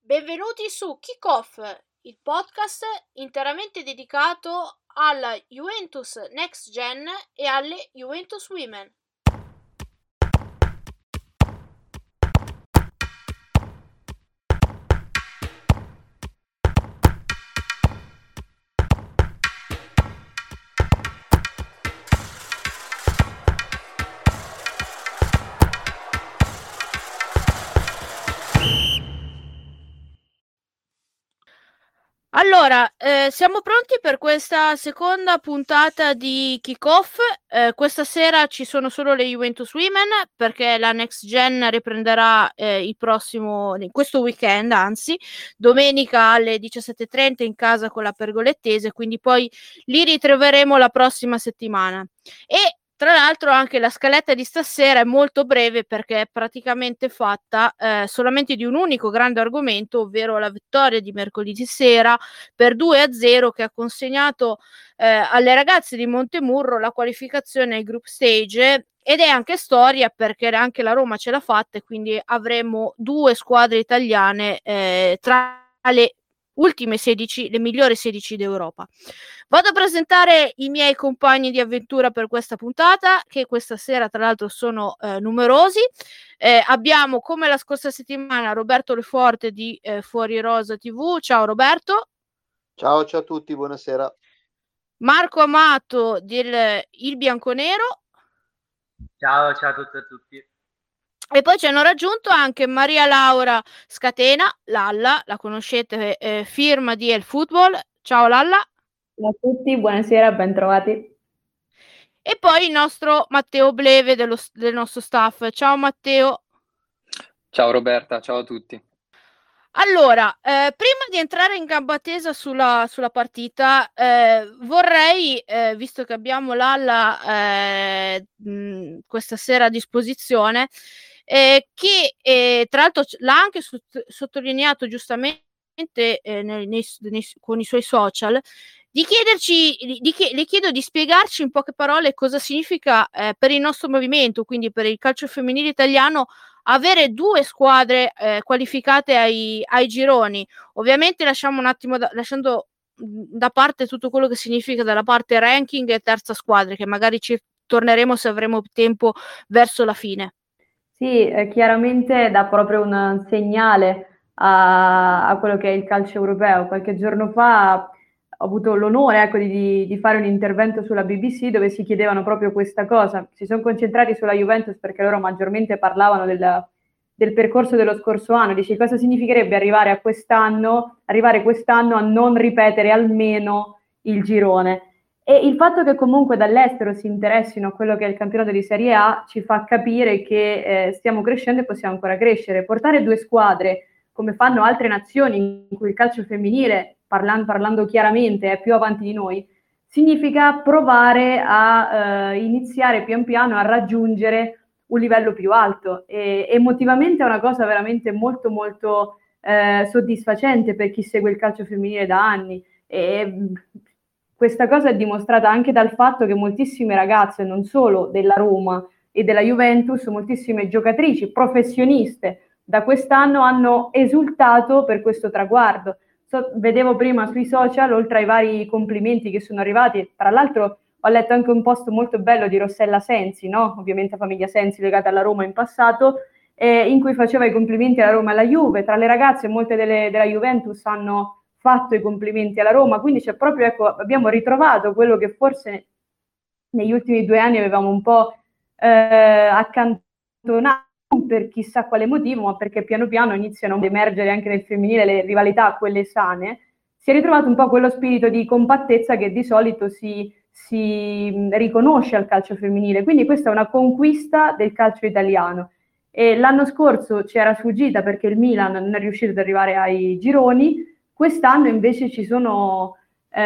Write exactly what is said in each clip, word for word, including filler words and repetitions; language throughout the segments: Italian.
Benvenuti su Kickoff, il podcast interamente dedicato alla Juventus Next Gen e alle Juventus Women. Allora, eh, siamo pronti per questa seconda puntata di Kickoff. Eh, questa sera ci sono solo le Juventus Women perché la Next Gen riprenderà eh, il prossimo, questo weekend, anzi, domenica alle diciassette e trenta in casa con la Pergolettese, quindi poi li ritroveremo la prossima settimana. E tra l'altro anche la scaletta di stasera è molto breve perché è praticamente fatta eh, solamente di un unico grande argomento, ovvero la vittoria di mercoledì sera per due a zero che ha consegnato eh, alle ragazze di Montemurro la qualificazione ai group stage, ed è anche storia perché anche la Roma ce l'ha fatta e quindi avremo due squadre italiane eh, tra le ultime sedici, le migliori sedici d'Europa. Vado a presentare i miei compagni di avventura per questa puntata, che questa sera tra l'altro sono eh, numerosi. Eh, abbiamo, come la scorsa settimana, Roberto Leforte di eh, Fuori Rosa tivù. Ciao Roberto. Ciao, ciao a tutti, buonasera. Marco Amato del Il Bianconero. Ciao, ciao a tutti e a tutti. E poi ci hanno raggiunto anche Maria Laura Scatena, Lalla, la conoscete, eh, firma di El Football. Ciao Lalla. Ciao a tutti, buonasera, ben trovati. E poi il nostro Matteo Bleve dello, del nostro staff. Ciao Matteo. Ciao Roberta, ciao a tutti. Allora, eh, prima di entrare in gamba tesa sulla, sulla partita, eh, vorrei, eh, visto che abbiamo Lalla eh, mh, questa sera a disposizione, eh, che eh, tra l'altro l'ha anche sott- sottolineato giustamente eh, nei, nei, nei, con i suoi social, di chiederci, di, di, le chiedo di spiegarci in poche parole cosa significa eh, per il nostro movimento, quindi per il calcio femminile italiano, avere due squadre eh, qualificate ai, ai gironi. Ovviamente lasciamo un attimo da, lasciando da parte tutto quello che significa dalla parte ranking e terza squadra, che magari ci torneremo se avremo tempo verso la fine. Sì, eh, chiaramente dà proprio un segnale a, a quello che è il calcio europeo. Qualche giorno fa ho avuto l'onore, ecco, di, di fare un intervento sulla B B C dove si chiedevano proprio questa cosa. Si sono concentrati sulla Juventus perché loro maggiormente parlavano del, del percorso dello scorso anno. Dici, cosa significherebbe arrivare a quest'anno, arrivare quest'anno a non ripetere almeno il girone? E il fatto che comunque dall'estero si interessino a quello che è il campionato di Serie A ci fa capire che eh, stiamo crescendo e possiamo ancora crescere. Portare due squadre, come fanno altre nazioni in cui il calcio femminile, parlando, parlando chiaramente, è più avanti di noi, significa provare a eh, iniziare pian piano a raggiungere un livello più alto. E emotivamente è una cosa veramente molto molto eh, soddisfacente per chi segue il calcio femminile da anni. E questa cosa è dimostrata anche dal fatto che moltissime ragazze, non solo della Roma e della Juventus, moltissime giocatrici professioniste da quest'anno hanno esultato per questo traguardo. So, vedevo prima sui social, oltre ai vari complimenti che sono arrivati, tra l'altro ho letto anche un post molto bello di Rossella Sensi, no? Ovviamente famiglia Sensi legata alla Roma in passato, eh, in cui faceva i complimenti alla Roma e alla Juve. Tra le ragazze molte delle, della Juventus hanno fatto i complimenti alla Roma, quindi c'è proprio, ecco, abbiamo ritrovato quello che forse negli ultimi due anni avevamo un po' eh, accantonato per chissà quale motivo, ma perché piano piano iniziano ad emergere anche nel femminile le rivalità, quelle sane. Si è ritrovato un po' quello spirito di compattezza che di solito si, si riconosce al calcio femminile, quindi questa è una conquista del calcio italiano. E l'anno scorso ci era sfuggita perché il Milan non è riuscito ad arrivare ai gironi. Quest'anno invece ci sono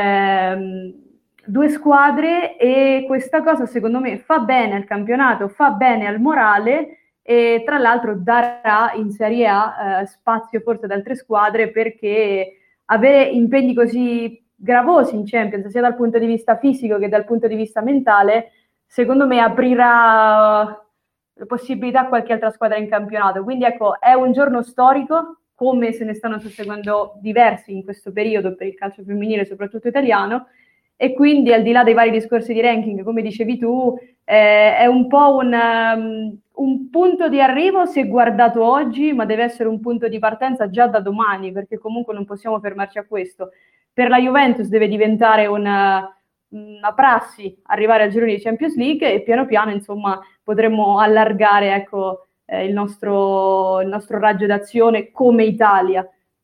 ehm, due squadre e questa cosa secondo me fa bene al campionato, fa bene al morale e tra l'altro darà in Serie A eh, spazio forse ad altre squadre, perché avere impegni così gravosi in Champions, sia dal punto di vista fisico che dal punto di vista mentale, secondo me aprirà la possibilità a qualche altra squadra in campionato. Quindi ecco, è un giorno storico come se ne stanno susseguendo diversi in questo periodo per il calcio femminile, soprattutto italiano, e quindi al di là dei vari discorsi di ranking, come dicevi tu, eh, è un po' un, um, un punto di arrivo se guardato oggi, ma deve essere un punto di partenza già da domani, perché comunque non possiamo fermarci a questo. Per la Juventus deve diventare una, una prassi arrivare al girone di Champions League e piano piano, insomma, potremmo allargare, ecco, eh, il nostro, il nostro raggio d'azione come Italia.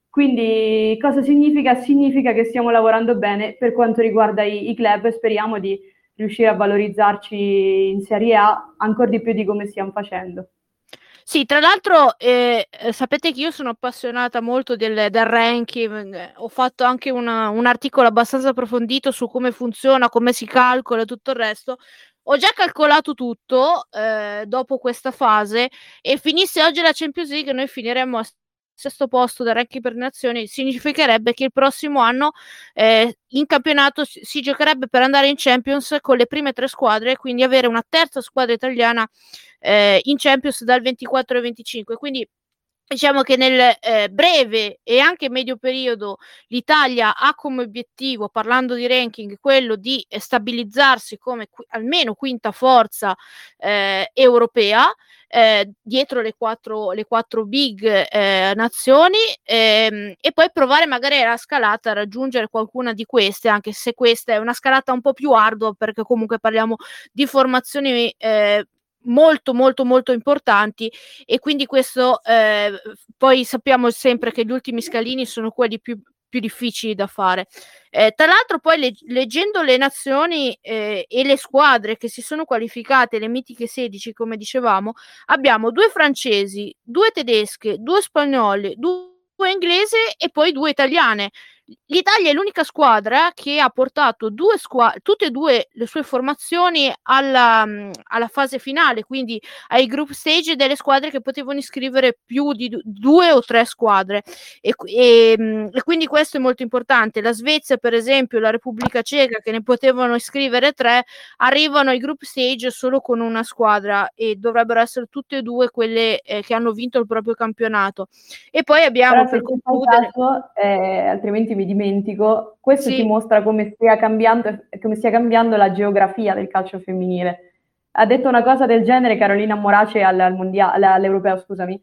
Quindi cosa significa? Significa che stiamo lavorando bene per quanto riguarda i, i club e speriamo di riuscire a valorizzarci in Serie A ancora di più di come stiamo facendo. Sì, tra l'altro eh, sapete che io sono appassionata molto del, del ranking, ho fatto anche una, un articolo abbastanza approfondito su come funziona, come si calcola e tutto il resto. Ho già calcolato tutto eh, dopo questa fase e finisse oggi la Champions League noi finiremmo a sesto posto del ranking per nazioni, significherebbe che il prossimo anno eh, in campionato si, si giocherebbe per andare in Champions con le prime tre squadre, quindi avere una terza squadra italiana eh, in Champions dal ventiquattro al venticinque, quindi diciamo che nel eh, breve e anche medio periodo l'Italia ha come obiettivo, parlando di ranking, quello di eh, stabilizzarsi come qu- almeno quinta forza eh, europea, eh, dietro le quattro, le quattro big eh, nazioni, ehm, e poi provare magari la scalata a raggiungere qualcuna di queste, anche se questa è una scalata un po' più ardua, perché comunque parliamo di formazioni eh, molto molto molto importanti, e quindi questo eh, poi sappiamo sempre che gli ultimi scalini sono quelli più, più difficili da fare. Eh, tra l'altro poi le, leggendo le nazioni eh, e le squadre che si sono qualificate, le mitiche sedici come dicevamo, abbiamo due francesi, due tedesche, due spagnole, due due inglesi e poi due italiane. L'Italia è l'unica squadra che ha portato due squadre, tutte e due le sue formazioni alla, alla fase finale, quindi ai group stage delle squadre che potevano iscrivere più di due o tre squadre, e, e, e quindi questo è molto importante. La Svezia, per esempio, la Repubblica Ceca, che ne potevano iscrivere tre, arrivano ai group stage solo con una squadra e dovrebbero essere tutte e due quelle eh, che hanno vinto il proprio campionato. E poi abbiamo, Però per se tu fai concludere, caso, eh, altrimenti mi dimentico, questo sì. ti mostra come stia cambiando, come stia cambiando la geografia del calcio femminile. Ha detto una cosa del genere Carolina Morace al, al mondiale, all'Europeo, scusami,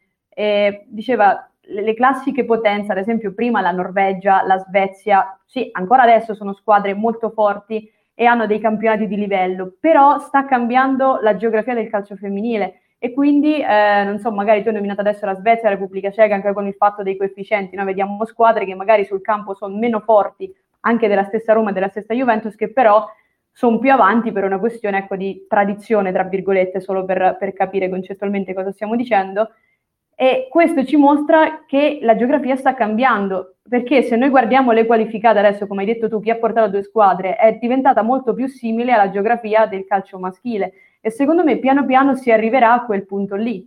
e diceva le, le classiche potenze, ad esempio prima la Norvegia, la Svezia, sì, ancora adesso sono squadre molto forti e hanno dei campionati di livello, però sta cambiando la geografia del calcio femminile. E quindi, eh, non so, magari tu hai nominato adesso la Svezia, la Repubblica Ceca, anche con il fatto dei coefficienti, noi vediamo squadre che magari sul campo sono meno forti, anche della stessa Roma e della stessa Juventus, che però sono più avanti per una questione, ecco, di tradizione, tra virgolette, solo per, per capire concettualmente cosa stiamo dicendo. E questo ci mostra che la geografia sta cambiando, perché se noi guardiamo le qualificate adesso, come hai detto tu, chi ha portato due squadre, è diventata molto più simile alla geografia del calcio maschile. E secondo me piano piano si arriverà a quel punto lì.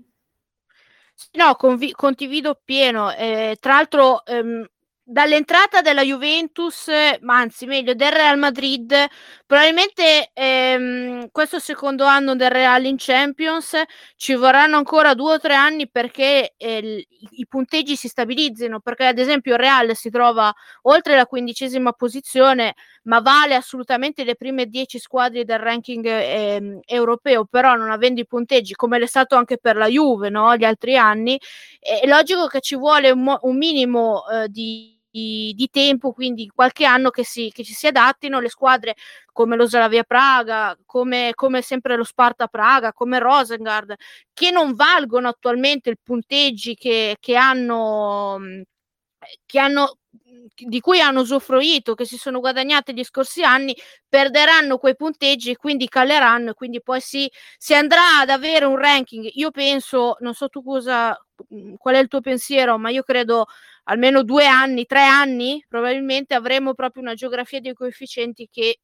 No, convi- condivido pieno. Eh, tra l'altro, ehm, dall'entrata della Juventus, ma anzi meglio del Real Madrid, probabilmente ehm, questo secondo anno del Real in Champions ci vorranno ancora due o tre anni perché eh, i, i punteggi si stabilizzino, perché ad esempio il Real si trova oltre la quindicesima posizione, ma vale assolutamente le prime dieci squadre del ranking eh, europeo, però non avendo i punteggi, come l'è stato anche per la Juve, no? Gli altri anni, è logico che ci vuole un, mo- un minimo eh, di Di, di tempo, quindi qualche anno che, si, che ci si adattino le squadre come lo Slavia Praga, come, come sempre lo Sparta Praga, come Rosengard, che non valgono attualmente i punteggi che, che hanno che hanno di cui hanno usufruito, che si sono guadagnate gli scorsi anni, perderanno quei punteggi e quindi caleranno, e quindi poi si, si andrà ad avere un ranking. Io penso, non so tu cosa, qual è il tuo pensiero, ma io credo almeno due anni, tre anni, probabilmente avremo proprio una geografia dei coefficienti che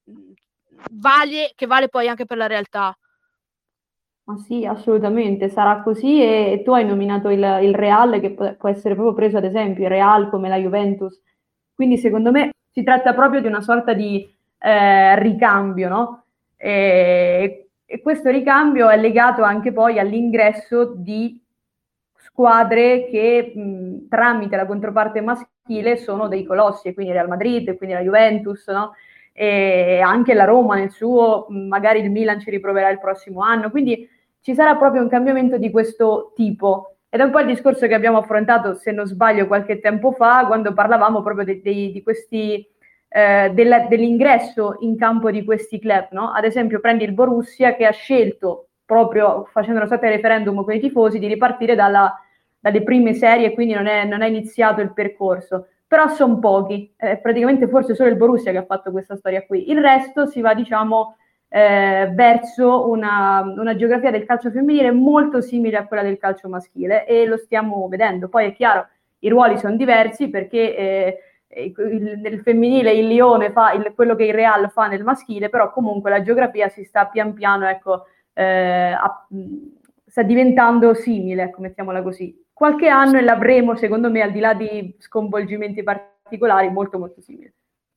vale, che vale poi anche per la realtà. Ma sì, assolutamente, sarà così e, e tu hai nominato il, il Real che può, può essere proprio preso ad esempio, il Real come la Juventus, quindi secondo me si tratta proprio di una sorta di eh, ricambio, no? E, e questo ricambio è legato anche poi all'ingresso di squadre che mh, tramite la controparte maschile sono dei colossi, quindi Real Madrid, quindi la Juventus, no? E anche la Roma nel suo, magari il Milan ci riproverà il prossimo anno, quindi ci sarà proprio un cambiamento di questo tipo. Ed è un po' il discorso che abbiamo affrontato, se non sbaglio, qualche tempo fa, quando parlavamo proprio de- de- di questi, eh, della, dell'ingresso in campo di questi club, no? Ad esempio prendi il Borussia che ha scelto, proprio facendo una sorta di referendum con i tifosi, di ripartire dalla, dalle prime serie, quindi non è, non è iniziato il percorso. Però sono pochi, eh, praticamente forse solo il Borussia che ha fatto questa storia qui. Il resto si va, diciamo, eh, verso una, una geografia del calcio femminile molto simile a quella del calcio maschile, e lo stiamo vedendo. Poi è chiaro, i ruoli sono diversi perché eh, il, nel femminile il Lione fa il, quello che il Real fa nel maschile, però comunque la geografia si sta pian piano, ecco, eh, a, sta diventando simile, ecco, mettiamola così. Qualche anno e l'avremo, secondo me, al di là di sconvolgimenti particolari, molto molto simile.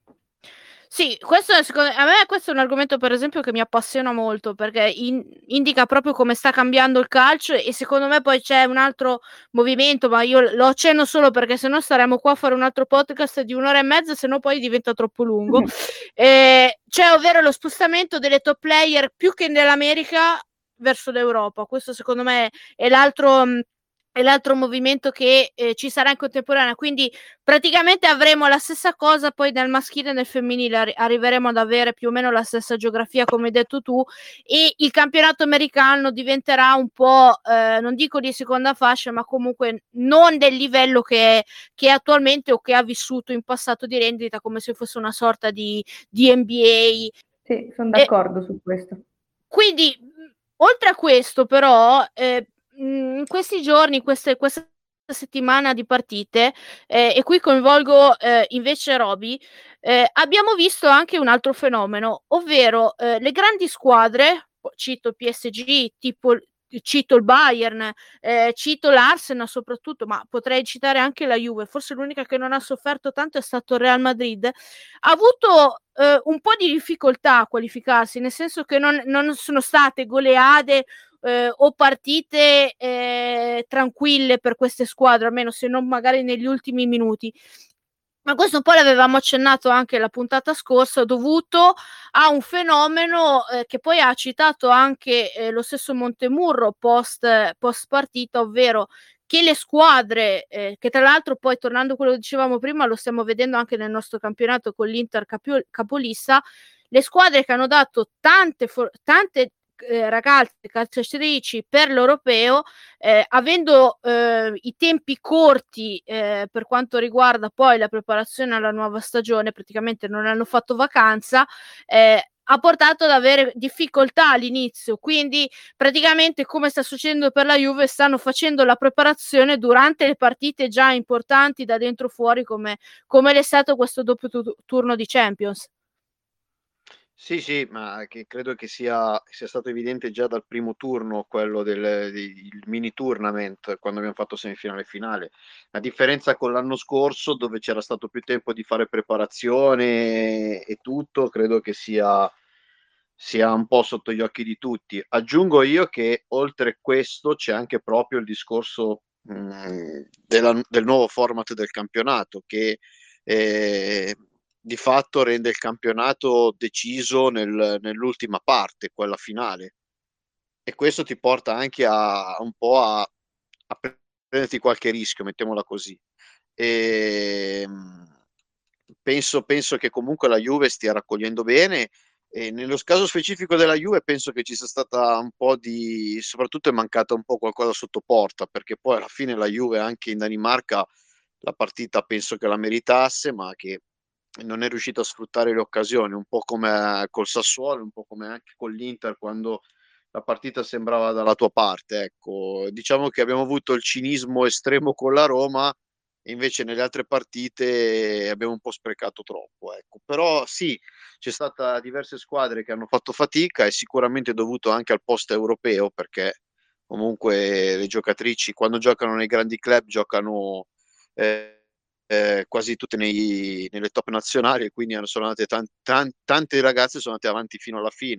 Sì, questo è, secondo, a me questo è un argomento, per esempio, che mi appassiona molto, perché in, indica proprio come sta cambiando il calcio, e secondo me poi c'è un altro movimento, ma io lo accenno solo perché sennò staremo qua a fare un altro podcast di un'ora e mezza, sennò poi diventa troppo lungo. eh, cioè, ovvero lo spostamento delle top player più che nell'America verso l'Europa. Questo secondo me è l'altro... è l'altro movimento che eh, ci sarà in contemporanea, quindi praticamente avremo la stessa cosa poi nel maschile e nel femminile, arri- arriveremo ad avere più o meno la stessa geografia, come hai detto tu, e il campionato americano diventerà un po', eh, non dico di seconda fascia, ma comunque non del livello che è, che è attualmente o che ha vissuto in passato di rendita, come se fosse una sorta di, di N B A. Sì, sono d'accordo e, su questo. Quindi, oltre a questo però, eh, in questi giorni, queste, questa settimana di partite, eh, e qui coinvolgo eh, invece Roby, eh, abbiamo visto anche un altro fenomeno, ovvero eh, le grandi squadre, cito P S G, tipo, cito il Bayern, eh, cito l'Arsenal soprattutto, ma potrei citare anche la Juve, forse l'unica che non ha sofferto tanto è stato il Real Madrid, ha avuto eh, un po' di difficoltà a qualificarsi, nel senso che non, non sono state goleade Eh, o partite eh, tranquille per queste squadre, almeno se non magari negli ultimi minuti. Ma questo un po' l'avevamo accennato anche la puntata scorsa, dovuto a un fenomeno eh, che poi ha citato anche eh, lo stesso Montemurro post, post partita, ovvero che le squadre, eh, che tra l'altro poi, tornando a quello che dicevamo prima, lo stiamo vedendo anche nel nostro campionato con l'Inter capio- capolista, le squadre che hanno dato tante, for- tante eh, ragazze calciatrici per l'europeo, eh, avendo eh, i tempi corti eh, per quanto riguarda poi la preparazione alla nuova stagione, praticamente non hanno fatto vacanza, eh, ha portato ad avere difficoltà all'inizio, quindi praticamente, come sta succedendo per la Juve, stanno facendo la preparazione durante le partite già importanti da dentro fuori, come, come l'è stato questo doppio tu- turno di Champions. Sì, sì, ma che credo che sia, sia stato evidente già dal primo turno, quello del, del mini tournament, quando abbiamo fatto semifinale e finale. La differenza con l'anno scorso, dove c'era stato più tempo di fare preparazione e tutto, credo che sia, sia un po' sotto gli occhi di tutti. Aggiungo io che oltre questo c'è anche proprio il discorso mh, della- del nuovo format del campionato, che eh, di fatto rende il campionato deciso nel- nell'ultima parte, quella finale. E questo ti porta anche a un po' a, a prenderti qualche rischio, mettiamola così. E, mh, penso, penso che comunque la Juve stia raccogliendo bene. E nello caso specifico della Juve penso che ci sia stata un po' di, soprattutto è mancata un po' qualcosa sotto porta, perché poi alla fine la Juve anche in Danimarca la partita penso che la meritasse, ma che non è riuscito a sfruttare le occasioni, un po' come col Sassuolo, un po' come anche con l'Inter quando la partita sembrava dalla tua parte. Ecco, diciamo che abbiamo avuto il cinismo estremo con la Roma e invece nelle altre partite abbiamo un po' sprecato troppo. Ecco. Però sì, c'è stata diverse squadre che hanno fatto fatica e sicuramente dovuto anche al post europeo, perché comunque le giocatrici quando giocano nei grandi club giocano eh, eh, quasi tutte nei, nelle top nazionali, e quindi sono andate tan, tan, tante ragazze sono andate avanti fino alla fine.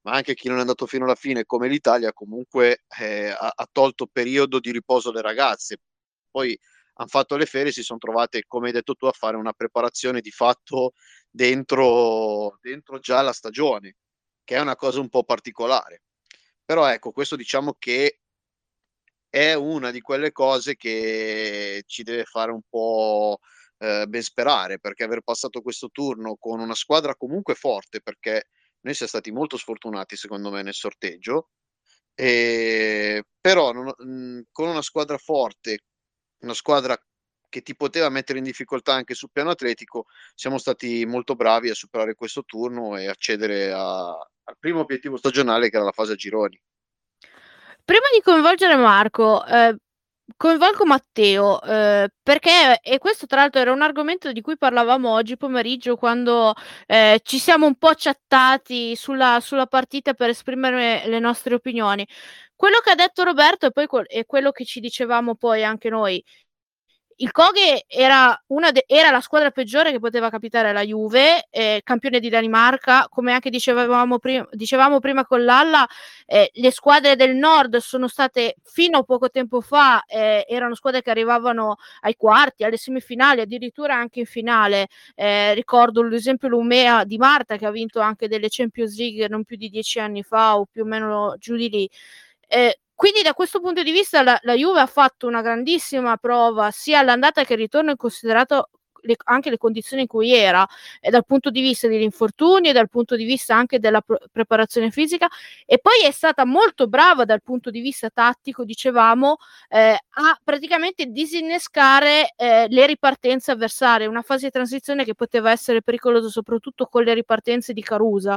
ma anche chi non è andato fino alla fine come l'Italia comunque eh, ha, ha tolto periodo di riposo alle ragazze. Poi hanno fatto le ferie, si sono trovate, come hai detto tu, a fare una preparazione di fatto dentro, dentro già la stagione, che è una cosa un po' particolare. Però ecco, questo diciamo che è una di quelle cose che ci deve fare un po', ehm, ben sperare, perché aver passato questo turno con una squadra comunque forte, perché noi siam stati molto sfortunati secondo me nel sorteggio, ehm, però non mhmm, con una squadra forte, una squadra che ti poteva mettere in difficoltà anche sul piano atletico, siamo stati molto bravi a superare questo turno e accedere a al primo obiettivo stagionale che era la fase a gironi. Prima di coinvolgere Marco, ehm, coinvolgo Matteo, ehm, perché e questo tra l'altro era un argomento di cui parlavamo oggi pomeriggio quando, ehm, ci siamo un po' chattati sulla sulla partita per esprimere le nostre opinioni. Quello che ha detto Roberto e poi quel e quello che ci dicevamo poi anche noi. Il Køge era una de era la squadra peggiore che poteva capitare alla Juve, ehm, campione di Danimarca, come anche dicevevamo pri dicevamo prima con Lalla, ehm, le squadre del nord sono state fino a poco tempo fa, ehm, erano squadre che arrivavano ai quarti, alle semifinali, addirittura anche in finale. Ehm, ricordo l'esempio l'Umea di Marta che ha vinto anche delle Champions League non più di dieci anni fa o più o meno giù di lì. Ehm, quindi da questo punto di vista la la Juve ha fatto una grandissima prova sia all'andata che al ritorno, considerato le anche le condizioni in cui era, e dal punto di vista degli infortuni e dal punto di vista anche della pro preparazione fisica, e poi è stata molto brava dal punto di vista tattico, dicevamo, ehm, a praticamente disinnescare, ehm, le ripartenze avversarie, una fase di transizione che poteva essere pericolosa soprattutto con le ripartenze di Carusa.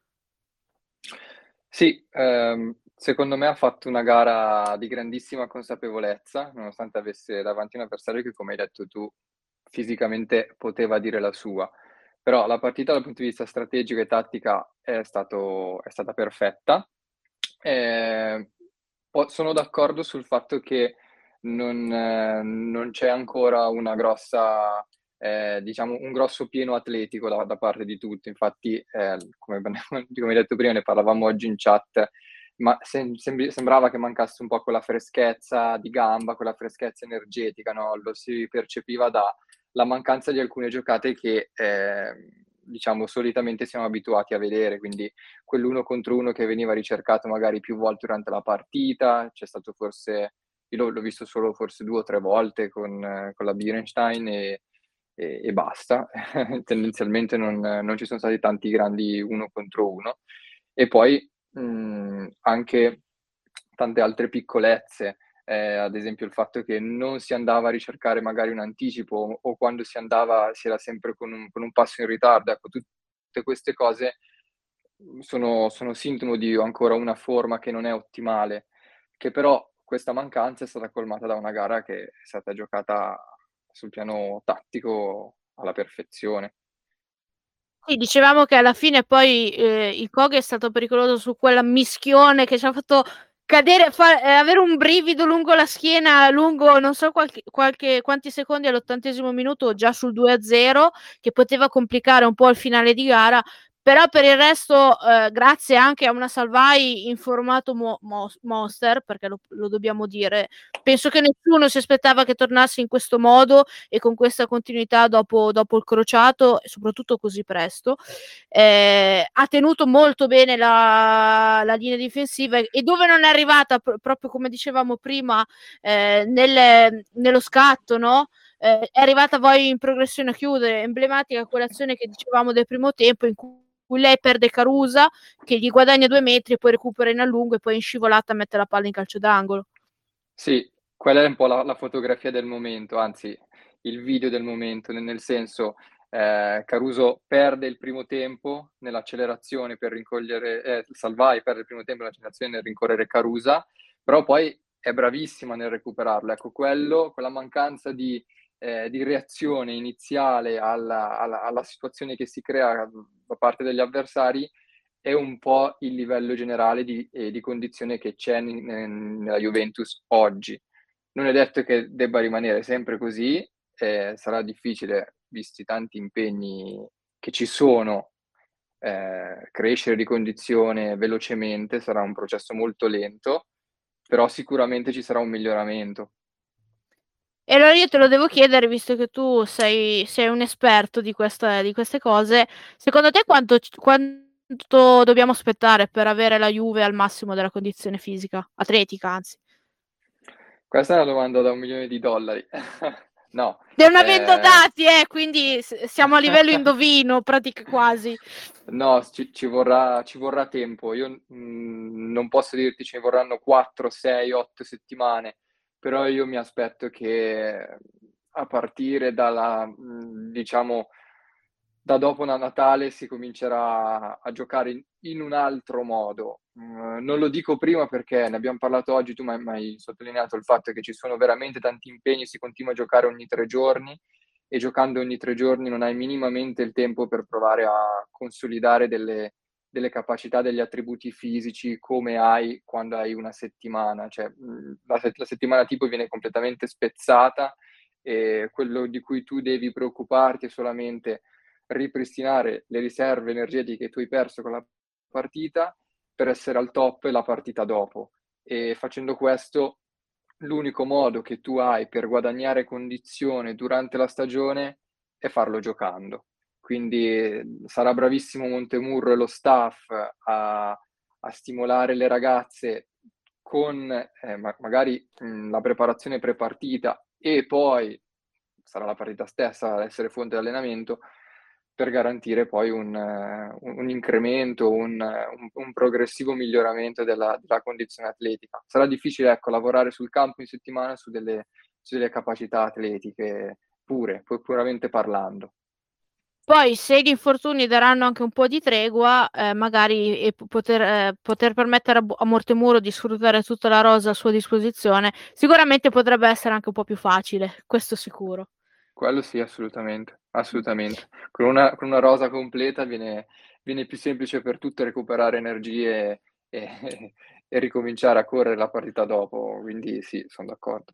Sì, ehm, secondo me ha fatto una gara di grandissima consapevolezza, nonostante avesse davanti un avversario che, come hai detto tu, fisicamente poteva dire la sua. Però la partita dal punto di vista strategico e tattica è stato è stata perfetta. Ehm, po sono d'accordo sul fatto che non eh, non c'è ancora una grossa ehm, diciamo un grosso pieno atletico da da parte di tutti. Infatti, ehm, come abbiamo come hai detto prima, ne parlavamo oggi in chat, ma sem sembri sembrava che mancasse un po' quella freschezza di gamba, quella freschezza energetica, no, lo si percepiva dalla mancanza di alcune giocate che, ehm, diciamo solitamente siamo abituati a vedere, quindi quell'uno contro uno che veniva ricercato magari più volte durante la partita, c'è stato forse io l'ho l'ho visto solo forse due o tre volte con con la Bierenstein e e e basta. Tendenzialmente non non ci sono stati tanti grandi uno contro uno. E poi, mhmm, anche tante altre piccolezze, ehm, ad esempio il fatto che non si andava a ricercare magari un anticipo o quando si andava si era sempre con un con un passo in ritardo. Ecco, tutte queste cose, mhmm, sono sono sintomo di ancora una forma che non è ottimale, che però questa mancanza è stata colmata da una gara che è stata giocata sul piano tattico alla perfezione. Sì, dicevamo che alla fine poi, ehm, il Køge è stato pericoloso su quella mischione che ci ha fatto cadere fa ehm, avere un brivido lungo la schiena, lungo non so qualche qualche quanti secondi all'ottantesimo minuto già sul due a zero, che poteva complicare un po' il finale di gara, però per il resto, ehm, grazie anche a una Salvai in formato mo mos monster, perché lo lo dobbiamo dire, penso che nessuno si aspettava che tornasse in questo modo e con questa continuità dopo dopo il crociato e soprattutto così presto. Ehm, ha tenuto molto bene la la linea difensiva e dove non è arrivata pro proprio come dicevamo prima, ehm, nel nello scatto, no, ehm, è arrivata poi in progressione a chiudere. Emblematica quell'azione che dicevamo del primo tempo in cui lei perde Carusa, che gli guadagna due metri e poi recupera in allungo e poi in scivolata mette la palla in calcio d'angolo. Sì, quella è un po' la la fotografia del momento, anzi il video del momento, ne nel senso, ehm, Caruso perde il primo tempo nell'accelerazione per rincogliere ehm, Salvai perde il primo tempo nell'accelerazione nel rincorrere Carusa, però poi è bravissima nel recuperarlo. Ecco, quello quella mancanza di ehm, di reazione iniziale alla alla alla situazione che si crea, mhmm, da parte degli avversari, è un po' il livello generale di ehm, di condizione che c'è n n nella Juventus oggi. Non è detto che debba rimanere sempre così, ehm, sarà difficile visti tanti impegni che ci sono, eh, crescere di condizione velocemente, sarà un processo molto lento, però sicuramente ci sarà un miglioramento. E allora io te lo devo chiedere, visto che tu sei, sei un esperto di, questa, di queste cose, secondo te quanto, quanto dobbiamo aspettare per avere la Juve al massimo della condizione fisica, atletica anzi? Questa è una domanda da un milione di dollari. No. Non avendo eh, dati, eh, quindi siamo a livello indovino, pratica quasi. No, ci, ci vorrà, ci vorrà tempo. Io mh, non posso dirti ci vorranno quattro, sei, otto settimane, però io mi aspetto che a partire dalla, mh, diciamo, da dopo Natale si comincerà a giocare in, in un altro modo. Uh, non lo dico prima perché ne abbiamo parlato oggi, tu mi hai- mi hai sottolineato il fatto che ci sono veramente tanti impegni, si continua a giocare ogni tre giorni e giocando ogni tre giorni non hai minimamente il tempo per provare a consolidare delle, delle capacità, degli attributi fisici come hai quando hai una settimana. Cioè, la, la settimana tipo viene completamente spezzata e quello di cui tu devi preoccuparti è solamente ripristinare le riserve energetiche che tu hai perso con la partita per essere al top la partita dopo. E facendo questo, l'unico modo che tu hai per guadagnare condizione durante la stagione è farlo giocando. Quindi sarà bravissimo Montemurro e lo staff a, a stimolare le ragazze con eh, ma- magari mh, la preparazione prepartita e poi sarà la partita stessa ad essere fonte di allenamento per garantire poi un, uh, un incremento, un, un, un progressivo miglioramento della, della condizione atletica. Sarà difficile, ecco, lavorare sul campo in settimana su delle, su delle capacità atletiche pure, puramente parlando. Poi se gli infortuni daranno anche un po' di tregua, eh, magari e poter, eh, poter permettere a, a Montemurro di sfruttare tutta la rosa a sua disposizione, sicuramente potrebbe essere anche un po' più facile, questo sicuro. Quello sì, assolutamente, assolutamente. Con una, con una rosa completa viene, viene più semplice per tutte recuperare energie e, e ricominciare a correre la partita dopo, quindi sì, sono d'accordo.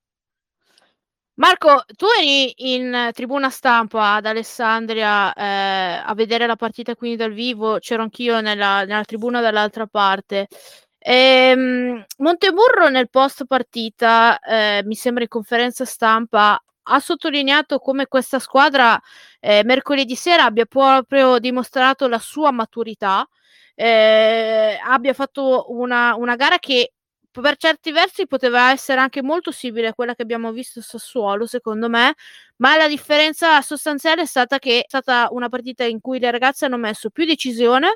Marco, tu eri in tribuna stampa ad Alessandria eh, a vedere la partita quindi dal vivo, c'ero anch'io nella, nella tribuna dall'altra parte. Ehm, Montemurro nel post partita, eh, mi sembra in conferenza stampa, ha sottolineato come questa squadra eh, mercoledì sera abbia proprio dimostrato la sua maturità, eh, abbia fatto una, una gara che per certi versi poteva essere anche molto simile a quella che abbiamo visto a Sassuolo, secondo me, ma la differenza sostanziale è stata che è stata una partita in cui le ragazze hanno messo più decisione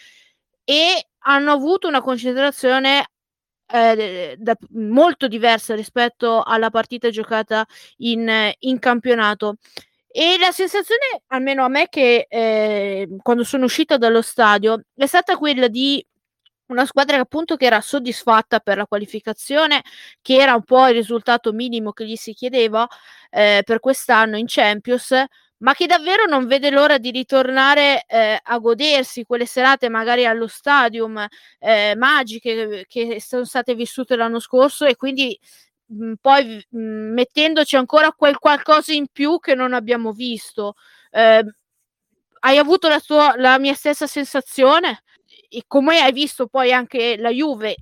e hanno avuto una concentrazione eh, da, molto diversa rispetto alla partita giocata in, in campionato. E la sensazione, almeno a me, che eh, quando sono uscita dallo stadio è stata quella di una squadra che appunto che era soddisfatta per la qualificazione, che era un po' il risultato minimo che gli si chiedeva eh, per quest'anno in Champions, ma che davvero non vede l'ora di ritornare eh, a godersi quelle serate magari allo stadium eh, magiche che sono state vissute l'anno scorso e quindi mh, poi mh, mettendoci ancora quel qualcosa in più che non abbiamo visto. Eh, hai avuto la, tua, la mia stessa sensazione? E come hai visto poi anche la Juve?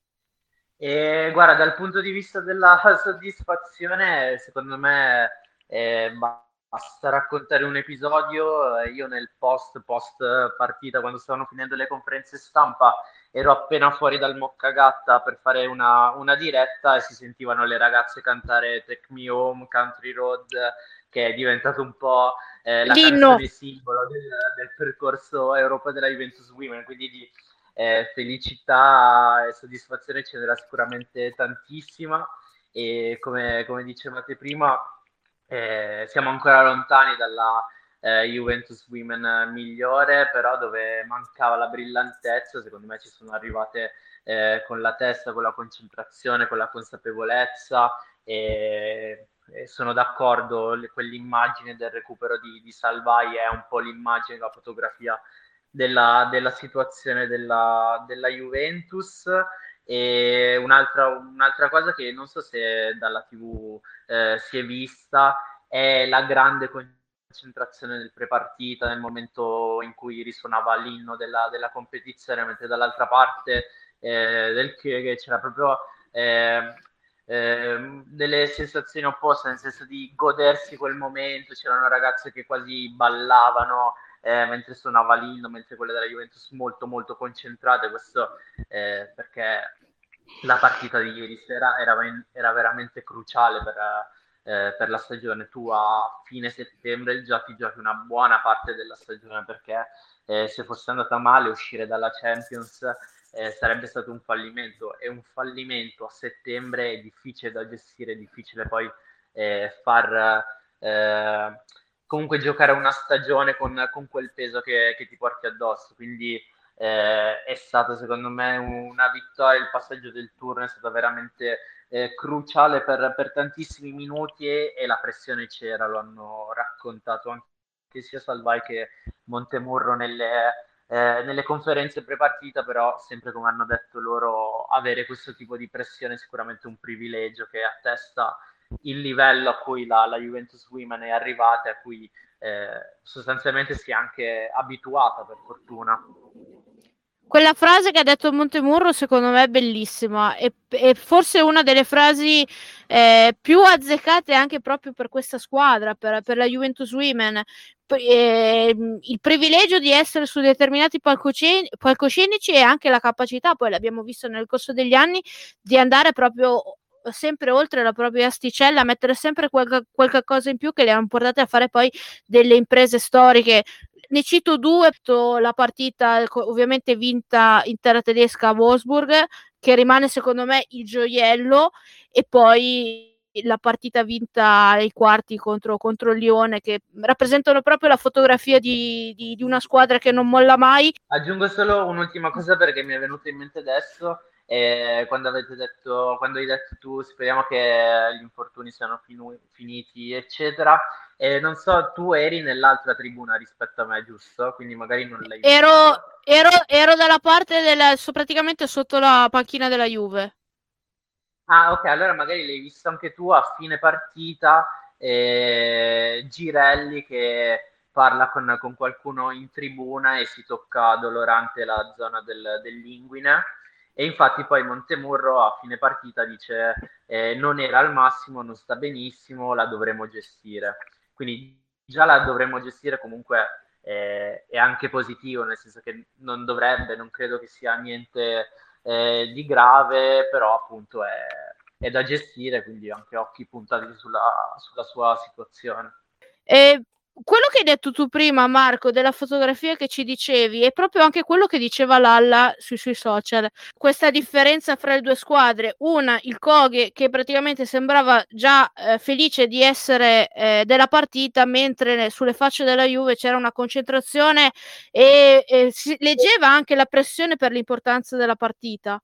E guarda, dal punto di vista della soddisfazione, secondo me eh, basta raccontare un episodio. Io nel post, post partita, quando stavano finendo le conferenze stampa, ero appena fuori dal Moccagatta per fare una, una diretta e si sentivano le ragazze cantare Take Me Home, Country Road, che è diventato un po' eh, la L'inno. canzone simbolo del, del percorso Europa della Juventus Women, quindi di eh, felicità e soddisfazione ce n'era sicuramente tantissima e come, come dicevate prima eh, siamo ancora lontani dalla eh, Juventus Women migliore, però dove mancava la brillantezza secondo me ci sono arrivate eh, con la testa, con la concentrazione, con la consapevolezza e, e sono d'accordo, le, quell'immagine del recupero di, di Salvai è un po' l'immagine, la fotografia della, della situazione della, della Juventus. E un'altra, un'altra cosa che non so se dalla tivù eh, si è vista è la grande concentrazione nel prepartita, nel momento in cui risuonava l'inno della, della competizione, mentre dall'altra parte eh, del Kyege c'era proprio eh, eh, delle sensazioni opposte, nel senso di godersi quel momento. C'erano ragazze che quasi ballavano eh, mentre suonava l'inno, mentre quelle della Juventus molto molto concentrate. Questo eh, perché la partita di ieri sera era, era veramente cruciale per, eh, per la stagione. Tu a fine settembre già ti giochi una buona parte della stagione, perché eh, se fosse andata male uscire dalla Champions eh, sarebbe stato un fallimento, e un fallimento a settembre è difficile da gestire, è difficile poi eh, far eh, comunque giocare una stagione con, con quel peso che, che ti porti addosso. Quindi eh, è stato secondo me una vittoria, il passaggio del turno è stato veramente eh, cruciale per, per tantissimi minuti, e, e la pressione c'era, lo hanno raccontato anche sia Salvai che Montemurro nelle, eh, nelle conferenze prepartita. Però sempre come hanno detto loro, avere questo tipo di pressione è sicuramente un privilegio che attesta il livello a cui la, la Juventus Women è arrivata, a cui eh, sostanzialmente si è anche abituata, per fortuna. Quella frase che ha detto Montemurro secondo me è bellissima, e, e forse una delle frasi eh, più azzeccate anche proprio per questa squadra, per, per la Juventus Women. Eh, il privilegio di essere su determinati palcoscenici, palcoscenici e anche la capacità, poi l'abbiamo visto nel corso degli anni, di andare proprio sempre oltre la propria asticella, mettere sempre qualche, qualche cosa in più che le hanno portate a fare poi delle imprese storiche. Ne cito due: la partita ovviamente vinta in terra tedesca a Wolfsburg, che rimane secondo me il gioiello, e poi la partita vinta ai quarti contro, contro il Lione, che rappresentano proprio la fotografia di, di, di una squadra che non molla mai. Aggiungo solo un'ultima cosa, perché mi è venuto in mente adesso. Eh, quando avete detto, quando hai detto tu, speriamo che gli infortuni siano finu- finiti, eccetera. Eh, non so, tu eri nell'altra tribuna rispetto a me, giusto? Quindi magari non l'hai visto. Ero, ero, ero dalla parte del, so, praticamente sotto la panchina della Juve. Ah, ok, allora magari l'hai visto anche tu a fine partita. Eh, Girelli che parla con, con qualcuno in tribuna e si tocca dolorante la zona del, dell'inguine. E infatti poi Montemurro a fine partita dice eh, non era al massimo, non sta benissimo, la dovremo gestire. Quindi già la dovremmo gestire comunque eh, è anche positivo, nel senso che non dovrebbe, non credo che sia niente eh, di grave, però appunto è, è da gestire, quindi anche occhi puntati sulla, sulla sua situazione. E quello che hai detto tu prima, Marco, della fotografia che ci dicevi, è proprio anche quello che diceva Lalla sui suoi social. Questa differenza fra le due squadre: una, il Kogge, che praticamente sembrava già eh, felice di essere eh, della partita, mentre sulle facce della Juve c'era una concentrazione e, e si leggeva anche la pressione per l'importanza della partita.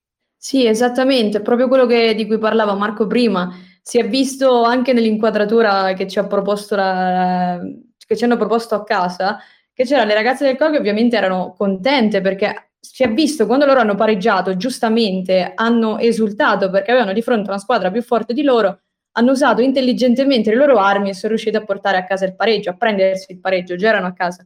Sì, esattamente, proprio quello che, di cui parlava Marco prima. Si è visto anche nell'inquadratura che ci ha proposto la, che ci hanno proposto a casa, che c'erano le ragazze del Kogge, ovviamente erano contente, perché si è visto quando loro hanno pareggiato, giustamente hanno esultato perché avevano di fronte una squadra più forte di loro, hanno usato intelligentemente le loro armi e sono riusciti a portare a casa il pareggio, a prendersi il pareggio, già erano a casa.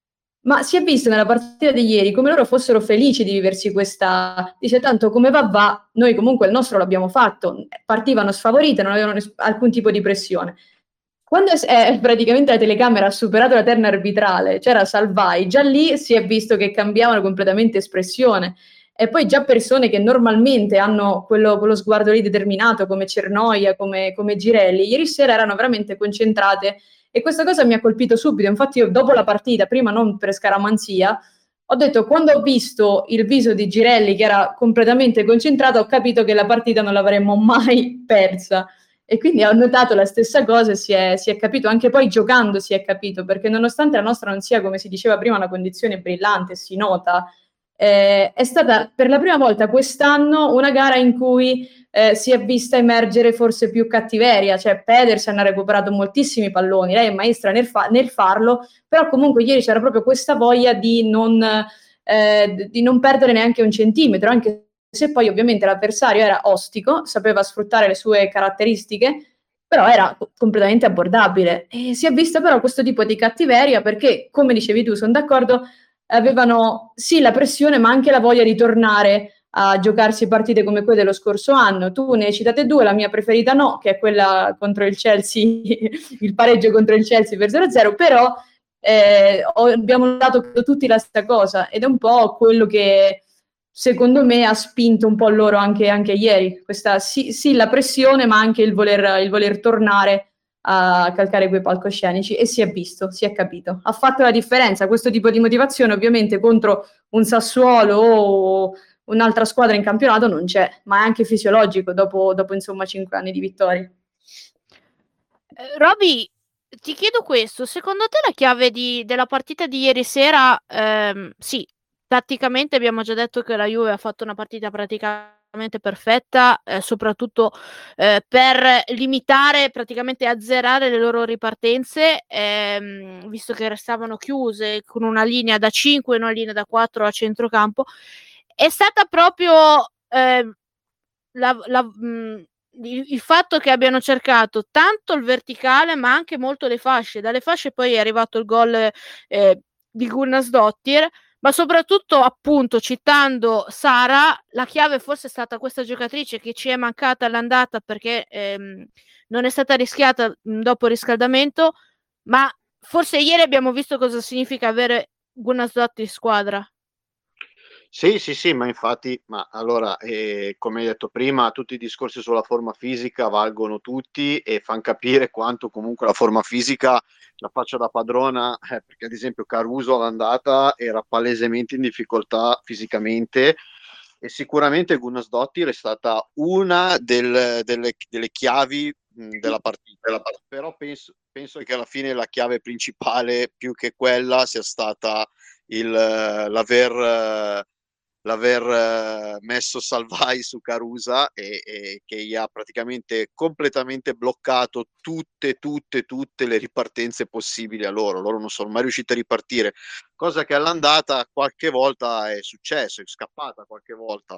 Ma si è visto nella partita di ieri come loro fossero felici di viversi questa, dice tanto come va va, noi comunque il nostro l'abbiamo fatto, partivano sfavorite, non avevano ness- alcun tipo di pressione. Quando è, è, praticamente la telecamera ha superato la terna arbitrale, c'era Salvai, già lì si è visto che cambiavano completamente espressione, e poi già persone che normalmente hanno quello, quello sguardo lì determinato, come Cernoia, come, come Girelli, ieri sera erano veramente concentrate. E questa cosa mi ha colpito subito. Infatti io dopo la partita, prima non per scaramanzia, ho detto, quando ho visto il viso di Girelli che era completamente concentrato, ho capito che la partita non l'avremmo mai persa. E quindi ho notato la stessa cosa e si è, si è capito, anche poi giocando si è capito, perché nonostante la nostra non sia, come si diceva prima, una condizione brillante, si nota, eh, è stata per la prima volta quest'anno una gara in cui eh, si è vista emergere forse più cattiveria, cioè Pedersen ha recuperato moltissimi palloni, lei è maestra nel, fa- nel farlo, però comunque ieri c'era proprio questa voglia di non, eh, di non perdere neanche un centimetro, anche se poi ovviamente l'avversario era ostico, sapeva sfruttare le sue caratteristiche, però era completamente abbordabile. E si è visto però questo tipo di cattiveria perché, come dicevi tu, sono d'accordo, avevano sì la pressione ma anche la voglia di tornare a giocarsi partite come quelle dello scorso anno. Tu ne hai citate due, la mia preferita no, che è quella contro il Chelsea, il pareggio contro il Chelsea per zero a zero, però eh, abbiamo dato tutti la stessa cosa ed è un po' quello che secondo me ha spinto un po' loro anche, anche ieri, questa sì, sì la pressione ma anche il voler, il voler tornare a calcare quei palcoscenici e si è visto, si è capito. Ha fatto la differenza questo tipo di motivazione ovviamente contro un Sassuolo o un'altra squadra in campionato non c'è, ma è anche fisiologico dopo, dopo insomma cinque anni di vittorie. Eh, Roby, ti chiedo questo, secondo te la chiave di, della partita di ieri sera, ehm, sì, tatticamente abbiamo già detto che la Juve ha fatto una partita praticamente perfetta, eh, soprattutto eh, per limitare, praticamente azzerare le loro ripartenze, ehm, visto che restavano chiuse con una linea da cinque e una linea da quattro a centrocampo. È stata proprio eh, la, la, mh, il, il fatto che abbiano cercato tanto il verticale ma anche molto le fasce. Dalle fasce poi è arrivato il gol eh, di Gunnarsdottir, ma soprattutto appunto citando Sara, la chiave forse è stata questa giocatrice che ci è mancata all'andata perché ehm, non è stata rischiata mh, dopo il riscaldamento, ma forse ieri abbiamo visto cosa significa avere Gunnarsdottir in squadra. Sì, sì, sì, ma infatti, ma allora, eh, come hai detto prima, tutti i discorsi sulla forma fisica valgono tutti e fanno capire quanto comunque la forma fisica la faccia da padrona, eh, perché ad esempio Caruso all'andata era palesemente in difficoltà fisicamente e sicuramente Gunnarsdottir è stata una del- delle, delle chiavi mh, della partita, però penso, penso che alla fine la chiave principale più che quella sia stata il, l'aver... eh, l'aver eh, messo Salvai su Carusa e, e che gli ha praticamente completamente bloccato tutte, tutte, tutte le ripartenze possibili a loro. Loro non sono mai riusciti a ripartire, cosa che all'andata qualche volta è successo, è scappata qualche volta.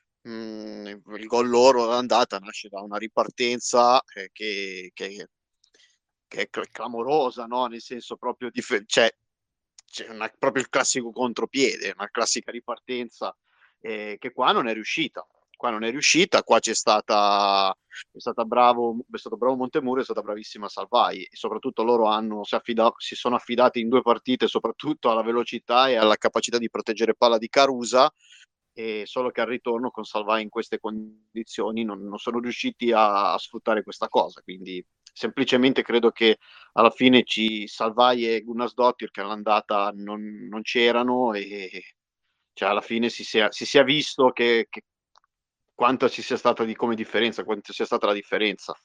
Mm, il gol loro all'andata nasce da una ripartenza eh, che, che, che è clamorosa, no? Nel senso proprio di... Cioè, c'è una, proprio il classico contropiede, una classica ripartenza eh, che qua non è riuscita. Qua non è riuscita, qua c'è stata, è stata bravo, è stato bravo Montemurro, è stata bravissima Salvai e soprattutto loro hanno, si, affida, si sono affidati in due partite soprattutto alla velocità e alla capacità di proteggere palla di Carusa, e solo che al ritorno con Salvai in queste condizioni non, non sono riusciti a, a sfruttare questa cosa, quindi semplicemente credo che alla fine ci Salvai e Gunnarsdottir che all'andata non, non c'erano e cioè alla fine si sia, si sia visto che, che quanto ci sia stata di come differenza, quanto sia stata la differenza.